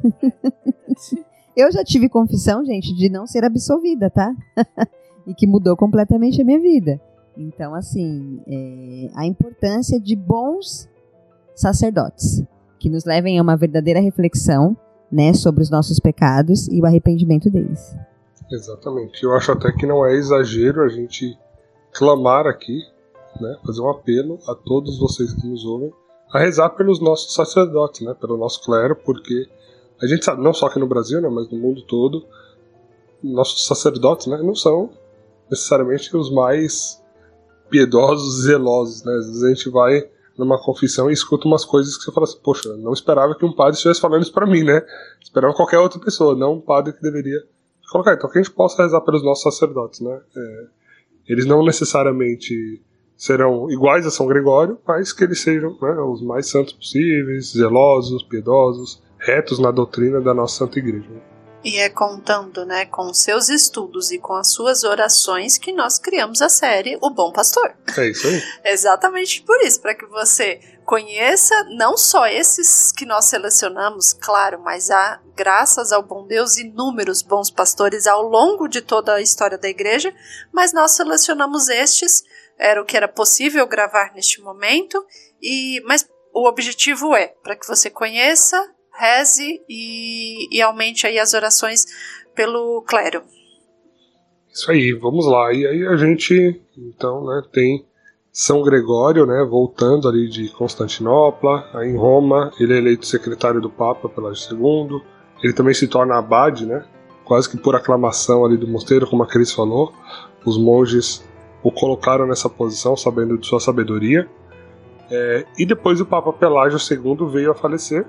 Eu já tive confissão, gente, de não ser absolvida, tá? E que mudou completamente a minha vida. Então, assim, é, a importância de bons sacerdotes, que nos levem a uma verdadeira reflexão, né, sobre os nossos pecados e o arrependimento deles. Exatamente. Eu acho até que não é exagero a gente clamar aqui, né, fazer um apelo a todos vocês que nos ouvem, a rezar pelos nossos sacerdotes, né, pelo nosso clero, porque a gente sabe, não só aqui no Brasil, né, mas no mundo todo, nossos sacerdotes, né, não são necessariamente os mais piedosos e zelosos, né? Às vezes a gente vai numa confissão e escuta umas coisas que você fala assim, poxa, não esperava que um padre estivesse falando isso pra mim, né? Esperava qualquer outra pessoa, não um padre que deveria colocar. Então que a gente possa rezar pelos nossos sacerdotes, né? É, eles não necessariamente serão iguais a São Gregório, mas que eles sejam, né, os mais santos possíveis, zelosos, piedosos, retos na doutrina da nossa Santa Igreja. E é contando, né, com seus estudos e com as suas orações que nós criamos a série O Bom Pastor. É isso aí. Exatamente por isso, para que você conheça não só esses que nós selecionamos, claro, mas há, graças ao bom Deus, inúmeros bons pastores ao longo de toda a história da igreja, mas nós selecionamos estes, era o que era possível gravar neste momento, e, mas o objetivo é para que você conheça, reze e, e aumente aí as orações pelo clero. Isso aí, vamos lá. E aí a gente, então, né, tem São Gregório, né, voltando ali de Constantinopla, aí em Roma, ele é eleito secretário do Papa Pelágio segundo, ele também se torna abade, né, quase que por aclamação ali do mosteiro, como a Cris falou, os monges o colocaram nessa posição, sabendo de sua sabedoria, é, e depois o Papa Pelágio segundo veio a falecer,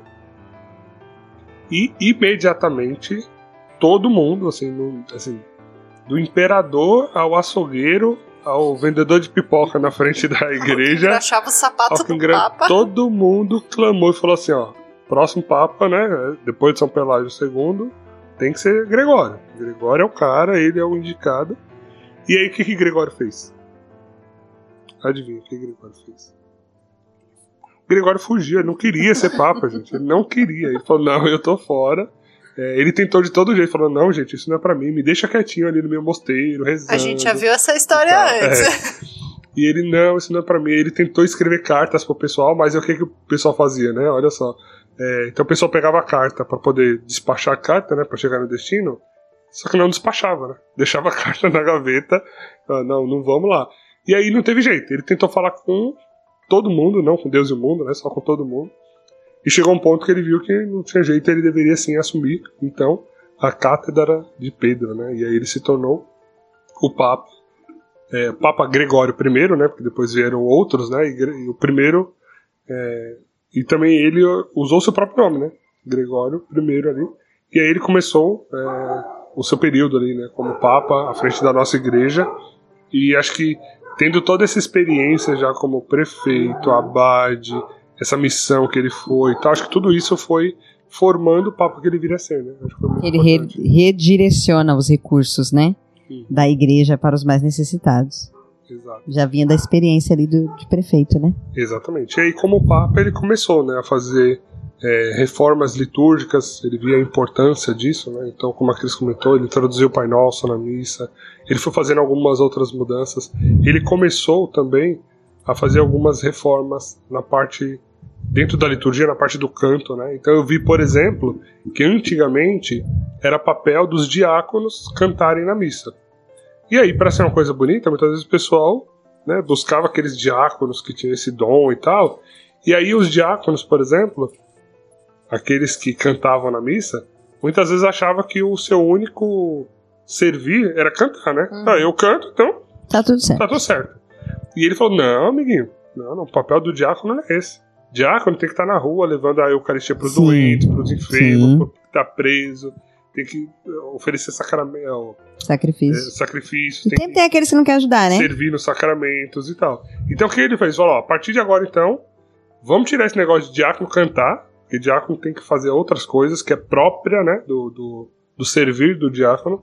e imediatamente todo mundo, assim, no, assim, do imperador ao açougueiro, ao vendedor de pipoca na frente da igreja, que achava o sapato do gra... Papa, todo mundo clamou e falou assim, ó, próximo Papa, né, depois de São Pelágio segundo, tem que ser Gregório. Gregório é o cara, ele é o indicado. E aí, o que que Gregório fez? Adivinha o que Gregório fez? Gregório fugiu, ele não queria ser papa, gente. Ele não queria. Ele falou, não, eu tô fora. É, ele tentou de todo jeito, falou, não, gente, isso não é pra mim, me deixa quietinho ali no meu mosteiro, rezando. A gente já viu essa história antes. É. E ele, não, isso não é pra mim. Ele tentou escrever cartas pro pessoal, mas o que, que o pessoal fazia, né? Olha só. É, então o pessoal pegava a carta pra poder despachar a carta, né? Pra chegar no destino. Só que não despachava, né? Deixava a carta na gaveta. Ah, não, não vamos lá. E aí não teve jeito. Ele tentou falar com todo mundo, não com Deus e o mundo, né? Só com todo mundo. E chegou um ponto que ele viu que não tinha jeito, ele deveria sim assumir, então, a cátedra de Pedro, né? E aí ele se tornou o Papa. É, Papa Gregório I, né? Porque depois vieram outros, né? E, e o primeiro. É, e também ele usou seu próprio nome, né? Gregório I ali. E aí ele começou é, o seu período ali, né? Como Papa, à frente da nossa igreja. E acho que tendo toda essa experiência já como prefeito, abade, essa missão que ele foi e tal, acho que tudo isso foi formando o Papa que ele viria a ser, né? Acho que foi muito ele re- redireciona os recursos, né? Sim. Da igreja para os mais necessitados. Exato. Já vinha da experiência ali do, de prefeito, né? Exatamente. E aí, como Papa, ele começou, né, a fazer é, reformas litúrgicas, ele via a importância disso, né? Então, como a Cris comentou, ele introduziu o Pai Nosso na missa, ele foi fazendo algumas outras mudanças. Ele começou também a fazer algumas reformas na parte, dentro da liturgia, na parte do canto, né? Então eu vi, por exemplo, que antigamente era papel dos diáconos cantarem na missa. E aí, para ser uma coisa bonita, muitas vezes o pessoal, né, buscava aqueles diáconos que tinham esse dom e tal, e aí os diáconos, por exemplo, aqueles que cantavam na missa, muitas vezes achavam que o seu único servir era cantar, né? Hum. Ah, eu canto, então tá tudo certo. Tá tudo certo. E ele falou, não, amiguinho, não, não, o papel do diácono não é esse. Diácono tem que estar na rua levando a Eucaristia para os doentes, para os enfermos, para quem está preso, tem que oferecer sacramento, sacrifício. É, sacrifícios. E tem tem, que tem aqueles que não querem ajudar, né? Servir nos sacramentos e tal. Então o que ele fez? Falou, ó, a partir de agora então, vamos tirar esse negócio de diácono cantar, porque diácono tem que fazer outras coisas que é própria, né, do, do, do servir do diácono.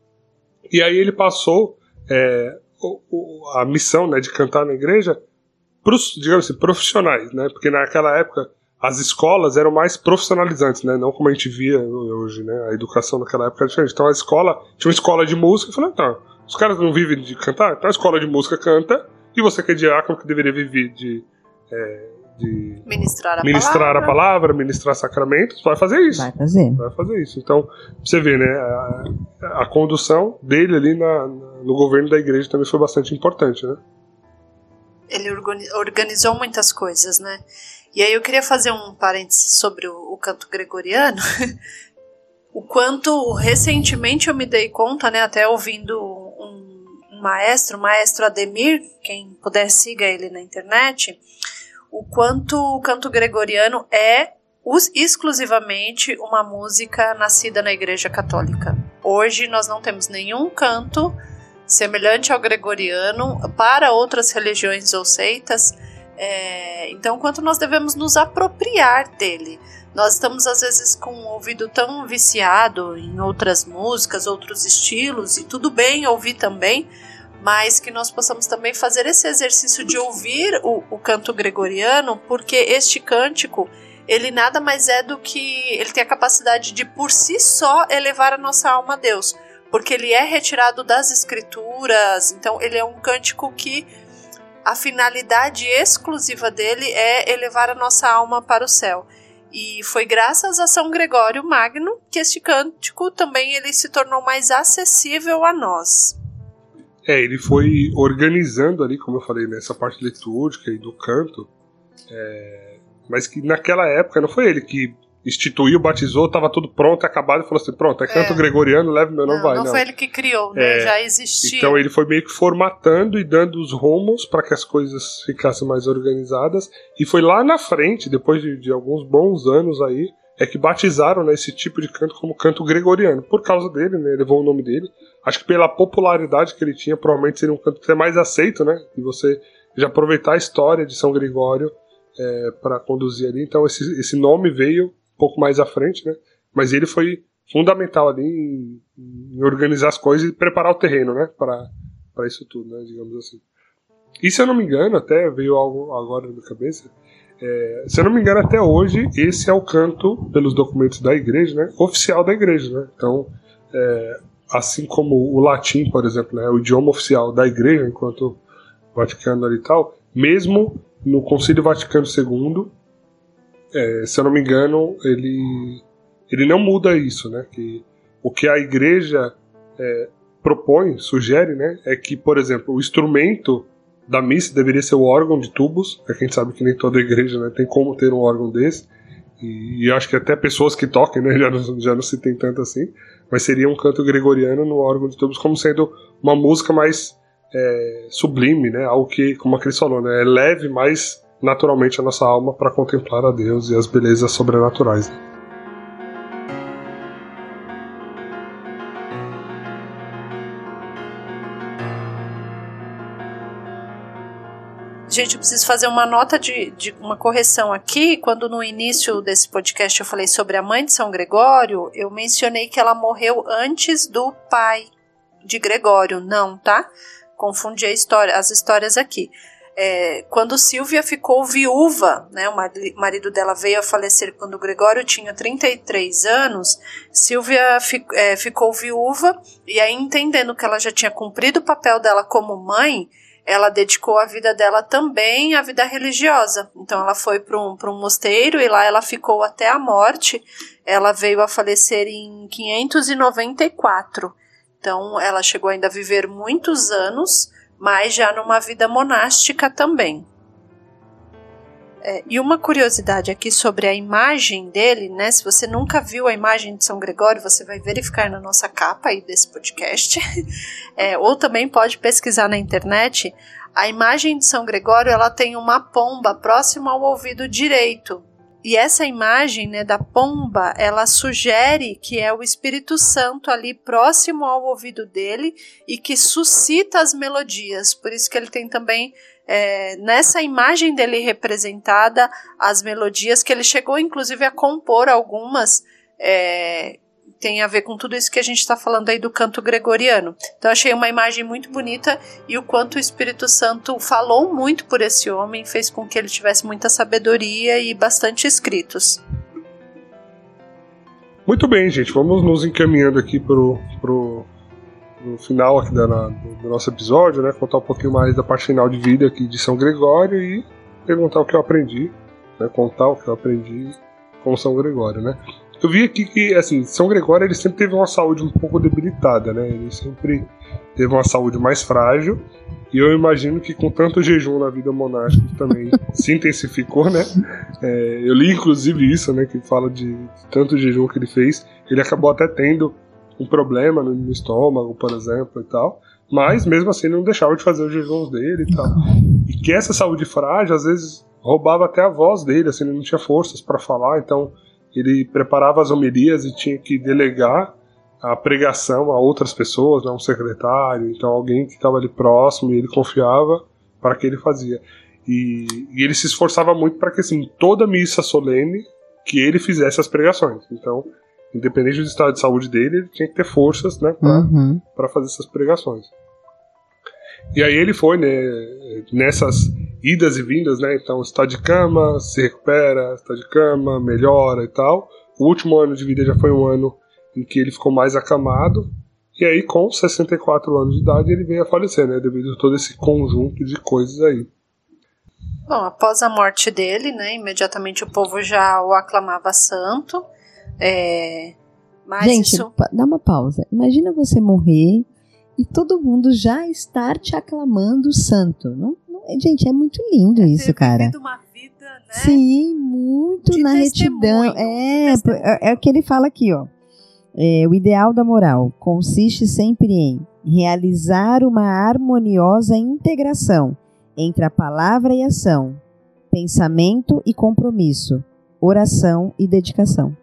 E aí ele passou é, o, o, a missão, né, de cantar na igreja para os, digamos assim, profissionais, né? Porque naquela época as escolas eram mais profissionalizantes, né? Não como a gente via hoje, né? A educação naquela época era diferente. Então a escola, tinha uma escola de música e falou, então, os caras não vivem de cantar? Então a escola de música canta, e você que é diácono, que deveria viver de, é, de ministrar, a, ministrar palavra. a palavra, ministrar sacramentos, vai fazer isso. Vai fazer. Vai fazer isso. Então, você vê, né? A, a condução dele ali na, na, no governo da igreja também foi bastante importante, né? Ele organizou muitas coisas, né? E aí eu queria fazer um parênteses sobre o, o canto gregoriano. O quanto recentemente eu me dei conta, né? Até ouvindo um, um maestro, o maestro Ademir, quem puder siga ele na internet, o quanto o canto gregoriano é us, exclusivamente uma música nascida na Igreja Católica. Hoje nós não temos nenhum canto semelhante ao gregoriano para outras religiões ou seitas. É, então, quanto nós devemos nos apropriar dele. Nós estamos, às vezes, com o ouvido tão viciado em outras músicas, outros estilos, e tudo bem ouvir também, mas que nós possamos também fazer esse exercício de ouvir o, o canto gregoriano, porque este cântico, ele nada mais é do que... ele tem a capacidade de, por si só, elevar a nossa alma a Deus, porque ele é retirado das escrituras. Então ele é um cântico que a finalidade exclusiva dele é elevar a nossa alma para o céu. E foi graças a São Gregório Magno que este cântico também ele se tornou mais acessível a nós. É, ele foi organizando ali, como eu falei, nessa parte litúrgica e do canto, é, mas que naquela época não foi ele que instituiu, batizou, estava tudo pronto, acabado, e falou assim, pronto, é canto é. gregoriano, leve meu nome, não, vai. Não, não foi ele que criou, né? É, já existia. Então ele foi meio que formatando e dando os rumos para que as coisas ficassem mais organizadas, e foi lá na frente, depois de, de alguns bons anos aí, é que batizaram, né, esse tipo de canto como canto gregoriano, por causa dele, né, levou o nome dele. Acho que pela popularidade que ele tinha, provavelmente seria um canto que é mais aceito, né, e você já aproveitar a história de São Gregório é, para conduzir ali. Então esse, esse nome veio um pouco mais à frente, né, mas ele foi fundamental ali em, em organizar as coisas e preparar o terreno, né, para para isso tudo, né, digamos assim. E se eu não me engano, até veio algo agora na minha cabeça, é, se eu não me engano, até hoje, esse é o canto, pelos documentos da igreja, né, oficial da igreja, né? Então, é, assim como o latim, por exemplo, né, é o idioma oficial da igreja, enquanto Vaticano ali e tal, mesmo no Concílio Vaticano segundo, é, se eu não me engano, ele, ele não muda isso, né? Que o que a igreja é, propõe, sugere, né, é que, por exemplo, o instrumento da missa deveria ser o órgão de tubos, porque a gente sabe que nem toda igreja, né, tem como ter um órgão desse, e, e acho que até pessoas que toquem, né, já não, já não se tem tanto assim, mas seria um canto gregoriano no órgão de tubos como sendo uma música mais é, sublime, né, algo que, como a Cris falou, né, eleve mais naturalmente a nossa alma para contemplar a Deus e as belezas sobrenaturais. Né? Gente, eu preciso fazer uma nota de, de uma correção aqui. Quando no início desse podcast eu falei sobre a mãe de São Gregório, eu mencionei que ela morreu antes do pai de Gregório. Não, tá? Confundi a história, as histórias aqui. É, quando Sílvia ficou viúva, né, o marido dela veio a falecer quando Gregório tinha trinta e três anos, Sílvia fi, é, ficou viúva, e aí, entendendo que ela já tinha cumprido o papel dela como mãe, ela dedicou a vida dela também à vida religiosa. Então ela foi para um, para um mosteiro e lá ela ficou até a morte. Ela veio a falecer em quinhentos e noventa e quatro. Então ela chegou ainda a viver muitos anos, mas já numa vida monástica também. É, e uma curiosidade aqui sobre a imagem dele, né? Se você nunca viu a imagem de São Gregório, você vai verificar na nossa capa aí desse podcast, é, ou também pode pesquisar na internet. A imagem de São Gregório, ela tem uma pomba próxima ao ouvido direito. E essa imagem, né, da pomba, ela sugere que é o Espírito Santo ali próximo ao ouvido dele e que suscita as melodias. Por isso que ele tem também, é, nessa imagem dele representada, as melodias que ele chegou inclusive a compor algumas, é, tem a ver com tudo isso que a gente está falando aí do canto gregoriano. Então achei uma imagem muito bonita e o quanto o Espírito Santo falou muito por esse homem, fez com que ele tivesse muita sabedoria e bastante escritos. Muito bem, gente, vamos nos encaminhando aqui pro, pro, pro final aqui da, na, do nosso episódio, né? Contar um pouquinho mais da parte final de vida aqui de São Gregório e perguntar o que eu aprendi, né? Contar o que eu aprendi com São Gregório, né? Eu vi aqui que, assim, São Gregório ele sempre teve uma saúde um pouco debilitada, né? Ele sempre teve uma saúde mais frágil. E eu imagino que com tanto jejum na vida monástica também se intensificou, né? É, eu li inclusive isso, né? Que fala de, de tanto jejum que ele fez. Ele acabou até tendo um problema no, no estômago, por exemplo, e tal. Mas mesmo assim não deixava de fazer os jejuns dele e tal. E que essa saúde frágil às vezes roubava até a voz dele, assim, ele não tinha forças para falar, então ele preparava as homilias e tinha que delegar a pregação a outras pessoas, né, um secretário, então alguém que estava ali próximo e ele confiava para que ele fazia. E, e ele se esforçava muito para que, assim, toda missa solene, que ele fizesse as pregações. Então, independente do estado de saúde dele, ele tinha que ter forças, né, para uhum. para fazer essas pregações. E aí ele foi, né, nessas idas e vindas, né, então está de cama, se recupera, está de cama, melhora e tal. O último ano de vida já foi um ano em que ele ficou mais acamado, e aí com sessenta e quatro anos de idade ele veio a falecer, né, devido a todo esse conjunto de coisas aí. Bom, após a morte dele, né, imediatamente o povo já o aclamava santo. É... Mas Gente, isso... dá uma pausa. Imagina você morrer e todo mundo já estar te aclamando santo. Não, não, gente, é muito lindo é isso, cara. Uma vida, né? Sim, muito na retidão. É, é, é o que ele fala aqui, ó. É, o ideal da moral consiste sempre em realizar uma harmoniosa integração entre a palavra e ação, pensamento e compromisso, oração e dedicação.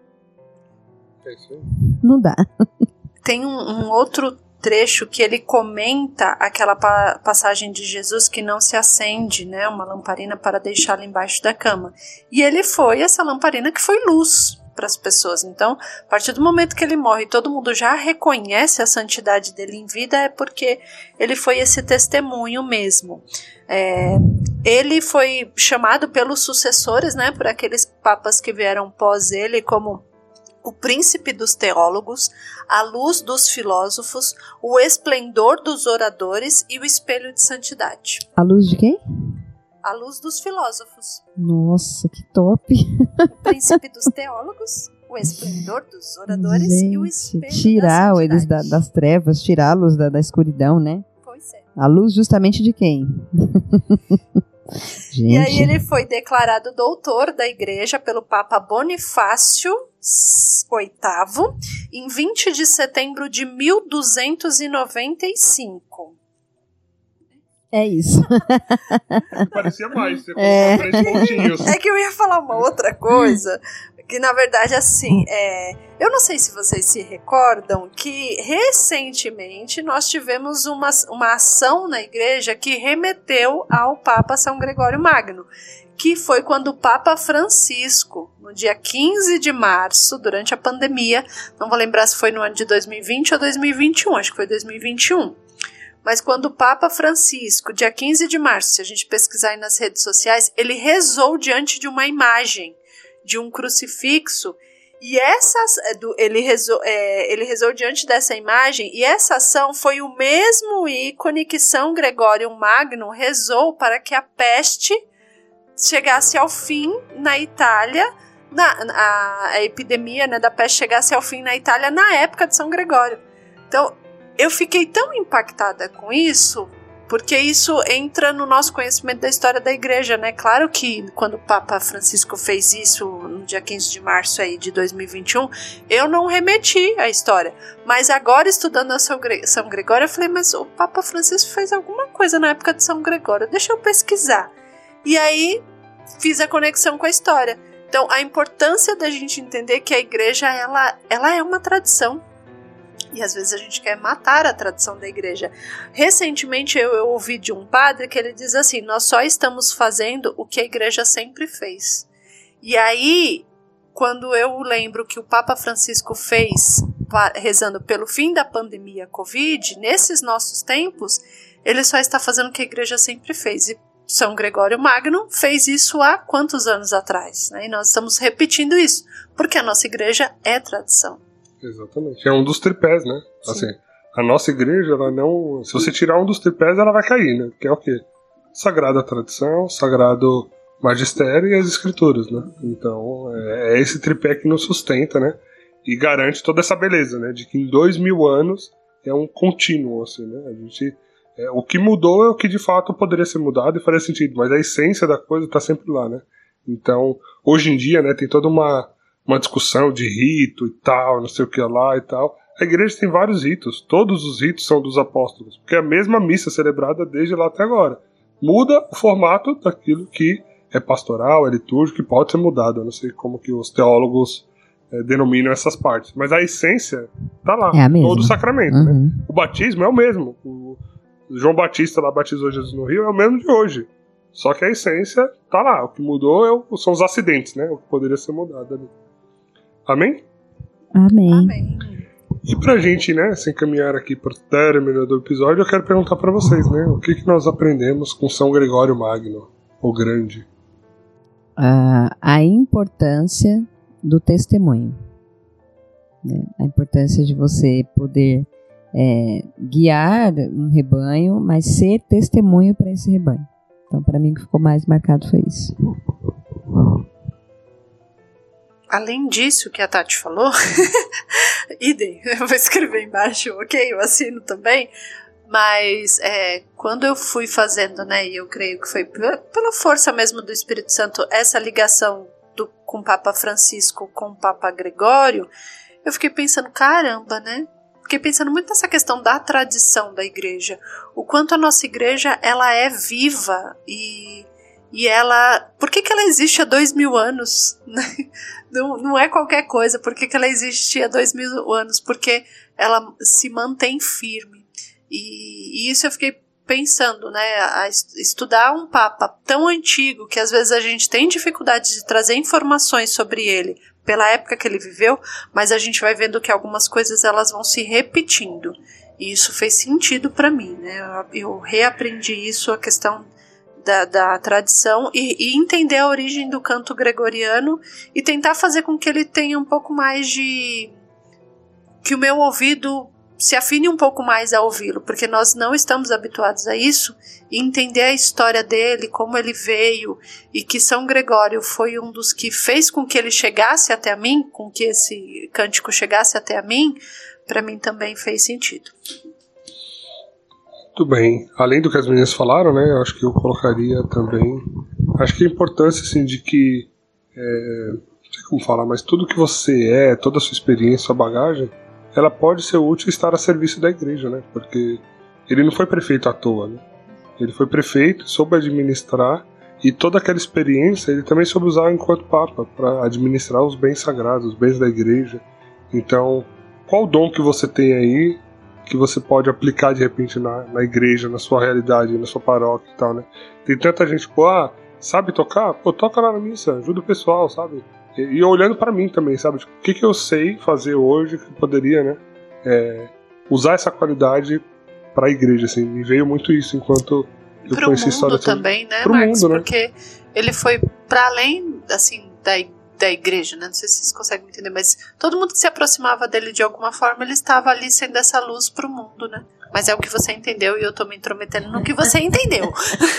É isso aí. Não dá. Tem um, um outro trecho que ele comenta aquela pa- passagem de Jesus que não se acende, né, uma lamparina para deixá-la embaixo da cama. E ele foi essa lamparina que foi luz para as pessoas. Então, a partir do momento que ele morre, todo mundo já reconhece a santidade dele em vida, é porque ele foi esse testemunho mesmo. É, ele foi chamado pelos sucessores, né, por aqueles papas que vieram pós ele, como o príncipe dos teólogos, a luz dos filósofos, o esplendor dos oradores e o espelho de santidade. A luz de quem? A luz dos filósofos. Nossa, que top! O príncipe dos teólogos, o esplendor dos oradores Gente, e o espelho tirar da eles santidade. da, das trevas, tirá-los da, da escuridão, né? Pois é. A luz justamente de quem? Gente. E aí ele foi declarado doutor da igreja pelo Papa Bonifácio oitavo em vinte de setembro de mil duzentos e noventa e cinco. É isso. Parecia mais, você É. colocou três pontinhos. É que eu ia falar uma outra coisa, que na verdade assim, é, eu não sei se vocês se recordam que recentemente nós tivemos uma, uma ação na igreja que remeteu ao Papa São Gregório Magno, que foi quando o Papa Francisco, no dia quinze de março, durante a pandemia, não vou lembrar se foi no ano de dois mil e vinte ou dois mil e vinte e um, acho que foi dois mil e vinte e um, mas quando o Papa Francisco, dia quinze de março, se a gente pesquisar aí nas redes sociais, ele rezou diante de uma imagem de um crucifixo, e essa, ele, rezou, é, ele rezou diante dessa imagem, e essa ação foi o mesmo ícone que São Gregório Magno rezou para que a peste chegasse ao fim na Itália, na, a, a epidemia, né, da peste chegasse ao fim na Itália na época de São Gregório. Então, eu fiquei tão impactada com isso, porque isso entra no nosso conhecimento da história da igreja, né? Claro que quando o Papa Francisco fez isso no dia quinze de março aí de dois mil e vinte e um, eu não remeti à história. Mas agora, estudando a São, Gre- São Gregório, eu falei, mas o Papa Francisco fez alguma coisa na época de São Gregório, deixa eu pesquisar. E aí, fiz a conexão com a história. Então, a importância da gente entender que a igreja, ela, ela é uma tradição. E às vezes a gente quer matar a tradição da igreja. Recentemente eu, eu ouvi de um padre que ele diz assim, nós só estamos fazendo o que a igreja sempre fez. E aí, quando eu lembro que o Papa Francisco fez, rezando pelo fim da pandemia Covid, nesses nossos tempos, ele só está fazendo o que a igreja sempre fez. E São Gregório Magno fez isso há quantos anos atrás? Né? E nós estamos repetindo isso, porque a nossa igreja é tradição. Exatamente. É um dos tripés, né? Sim. Assim, a nossa igreja, ela não... Se você tirar um dos tripés, ela vai cair, né? Que é o quê? Sagrada tradição, sagrado magistério e as escrituras, né? Então, é, é esse tripé que nos sustenta, né? E garante toda essa beleza, né? De que em dois mil anos é um contínuo, assim, né? A gente... É, o que mudou é o que de fato poderia ser mudado e faria sentido, mas a essência da coisa tá sempre lá, né? Então, hoje em dia, né, tem toda uma... uma discussão de rito e tal, não sei o que lá e tal. A igreja tem vários ritos, todos os ritos são dos apóstolos, porque é a mesma missa celebrada desde lá até agora. Muda o formato daquilo que é pastoral, é litúrgico, que pode ser mudado. Eu não sei como que os teólogos é, denominam essas partes, mas a essência tá lá, É a mesma. todo o sacramento. Uhum. Né? O batismo é o mesmo. O João Batista lá batizou Jesus no Rio é o mesmo de hoje. Só que a essência tá lá. O que mudou é o, são os acidentes, né? O que poderia ser mudado ali. Amém? Amém. Amém. E pra gente, né, se encaminhar aqui pro término do episódio, eu quero perguntar pra vocês, né, o que, que nós aprendemos com São Gregório Magno, o Grande? Ah, a importância do testemunho. Né? A importância de você poder é, guiar um rebanho, mas ser testemunho para esse rebanho. Então, para mim, o que ficou mais marcado foi isso. Além disso que a Tati falou, idem, eu vou escrever embaixo, ok? Eu assino também. Mas é, quando eu fui fazendo, né, e eu creio que foi pela força mesmo do Espírito Santo, essa ligação do, com o Papa Francisco com o Papa Gregório, eu fiquei pensando, caramba, né? Fiquei pensando muito nessa questão da tradição da igreja. O quanto a nossa igreja, ela é viva e... E ela... Por que que ela existe há dois mil anos? Não, não é qualquer coisa. Por que que ela existe há dois mil anos? Porque ela se mantém firme. E, e isso eu fiquei pensando, né, a estudar um Papa tão antigo que às vezes a gente tem dificuldade de trazer informações sobre ele pela época que ele viveu, mas a gente vai vendo que algumas coisas elas vão se repetindo. E isso fez sentido para mim, né? Eu, eu reaprendi isso, a questão da, da tradição e, e entender a origem do canto gregoriano e tentar fazer com que ele tenha um pouco mais de... que o meu ouvido se afine um pouco mais a ouvi-lo, porque nós não estamos habituados a isso, e entender a história dele, como ele veio, e que São Gregório foi um dos que fez com que ele chegasse até a mim, com que esse cântico chegasse até a mim, para mim também fez sentido. Muito bem. Além do que as meninas falaram, né, eu acho que eu colocaria também, acho que a importância assim, de que, é, não sei como falar, mas tudo que você é, toda a sua experiência, sua bagagem, ela pode ser útil e estar a serviço da igreja, né? Porque ele não foi prefeito à toa, né? Ele foi prefeito, soube administrar, e toda aquela experiência ele também soube usar enquanto Papa para administrar os bens sagrados, os bens da igreja. Então, qual o dom que você tem aí que você pode aplicar de repente na, na igreja, na sua realidade, na sua paróquia e tal, né? Tem tanta gente, pô, ah, sabe tocar? Pô, toca lá na missa, ajuda o pessoal, sabe? E olhando pra mim também, sabe? Tipo, o que, que eu sei fazer hoje que poderia, né? É, usar essa qualidade pra igreja, assim. Me veio muito isso enquanto eu pro conheci a história. Pro mundo também, né, pro Marcos? Mundo, né? Porque ele foi pra além, assim, da, da igreja, né? Não sei se vocês conseguem entender, mas todo mundo que se aproximava dele de alguma forma, ele estava ali sendo essa luz pro mundo, né? Mas é o que você entendeu e eu tô me intrometendo no que você entendeu.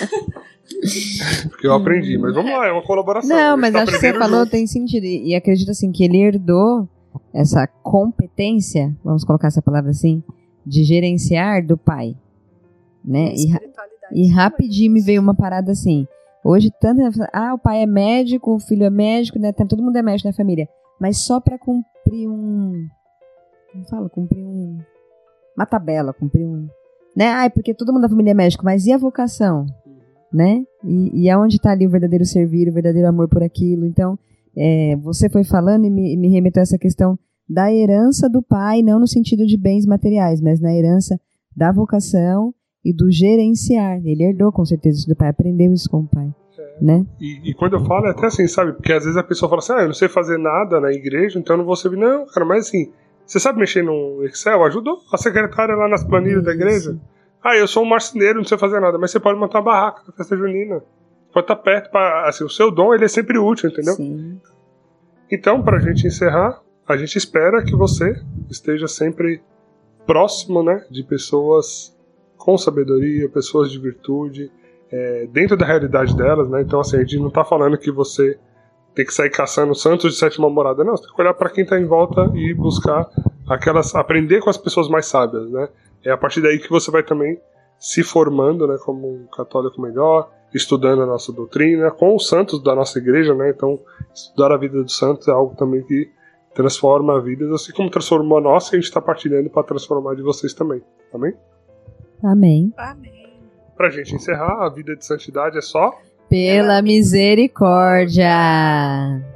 Porque eu aprendi, mas vamos lá, é uma colaboração. Não, mas tá acho que você falou junto. Tem sentido. E, e acredito assim que ele herdou essa competência, vamos colocar essa palavra assim, de gerenciar do pai. Né? E, e rapidinho me veio uma parada assim. Hoje, tanto. Ah, o pai é médico, o filho é médico, né? Todo mundo é médico na família. Mas só pra cumprir um. Como fala? Cumprir um. Uma tabela, cumprir um. Né? Ah, é porque todo mundo da família é médico, mas e a vocação? Né? E, e aonde está ali o verdadeiro servir, o verdadeiro amor por aquilo? Então, é, você foi falando e me, me remeteu a essa questão da herança do pai, não no sentido de bens materiais, mas na herança da vocação e do gerenciar. Ele herdou com certeza isso do pai, aprendeu isso com o pai. É. Né? E, e quando eu falo é até assim, sabe? Porque às vezes a pessoa fala assim, ah, eu não sei fazer nada na igreja, então eu não vou servir. Não, cara, mas assim, você sabe mexer no Excel? Ajudou a secretária lá nas planilhas isso. da igreja? Ah, eu sou um marceneiro, não sei fazer nada, mas você pode montar uma barraca na festa junina. Pode estar perto, pra, assim, o seu dom ele é sempre útil, entendeu? Sim. Então, pra gente encerrar, a gente espera que você esteja sempre próximo, né, de pessoas com sabedoria, pessoas de virtude, é, dentro da realidade delas, né? Então, assim, a gente não tá falando que você tem que sair caçando santos de sétima morada, não. Você tem que olhar para quem tá em volta e buscar aquelas, aprender com as pessoas mais sábias, né? É a partir daí que você vai também se formando, né, como um católico melhor, estudando a nossa doutrina, com os santos da nossa igreja, né? Então, estudar a vida dos santos é algo também que transforma a vida, assim como transformou a nossa, e a gente está partilhando para transformar de vocês também. Amém? Amém. Amém. Pra gente encerrar, a vida de santidade é só pela misericórdia.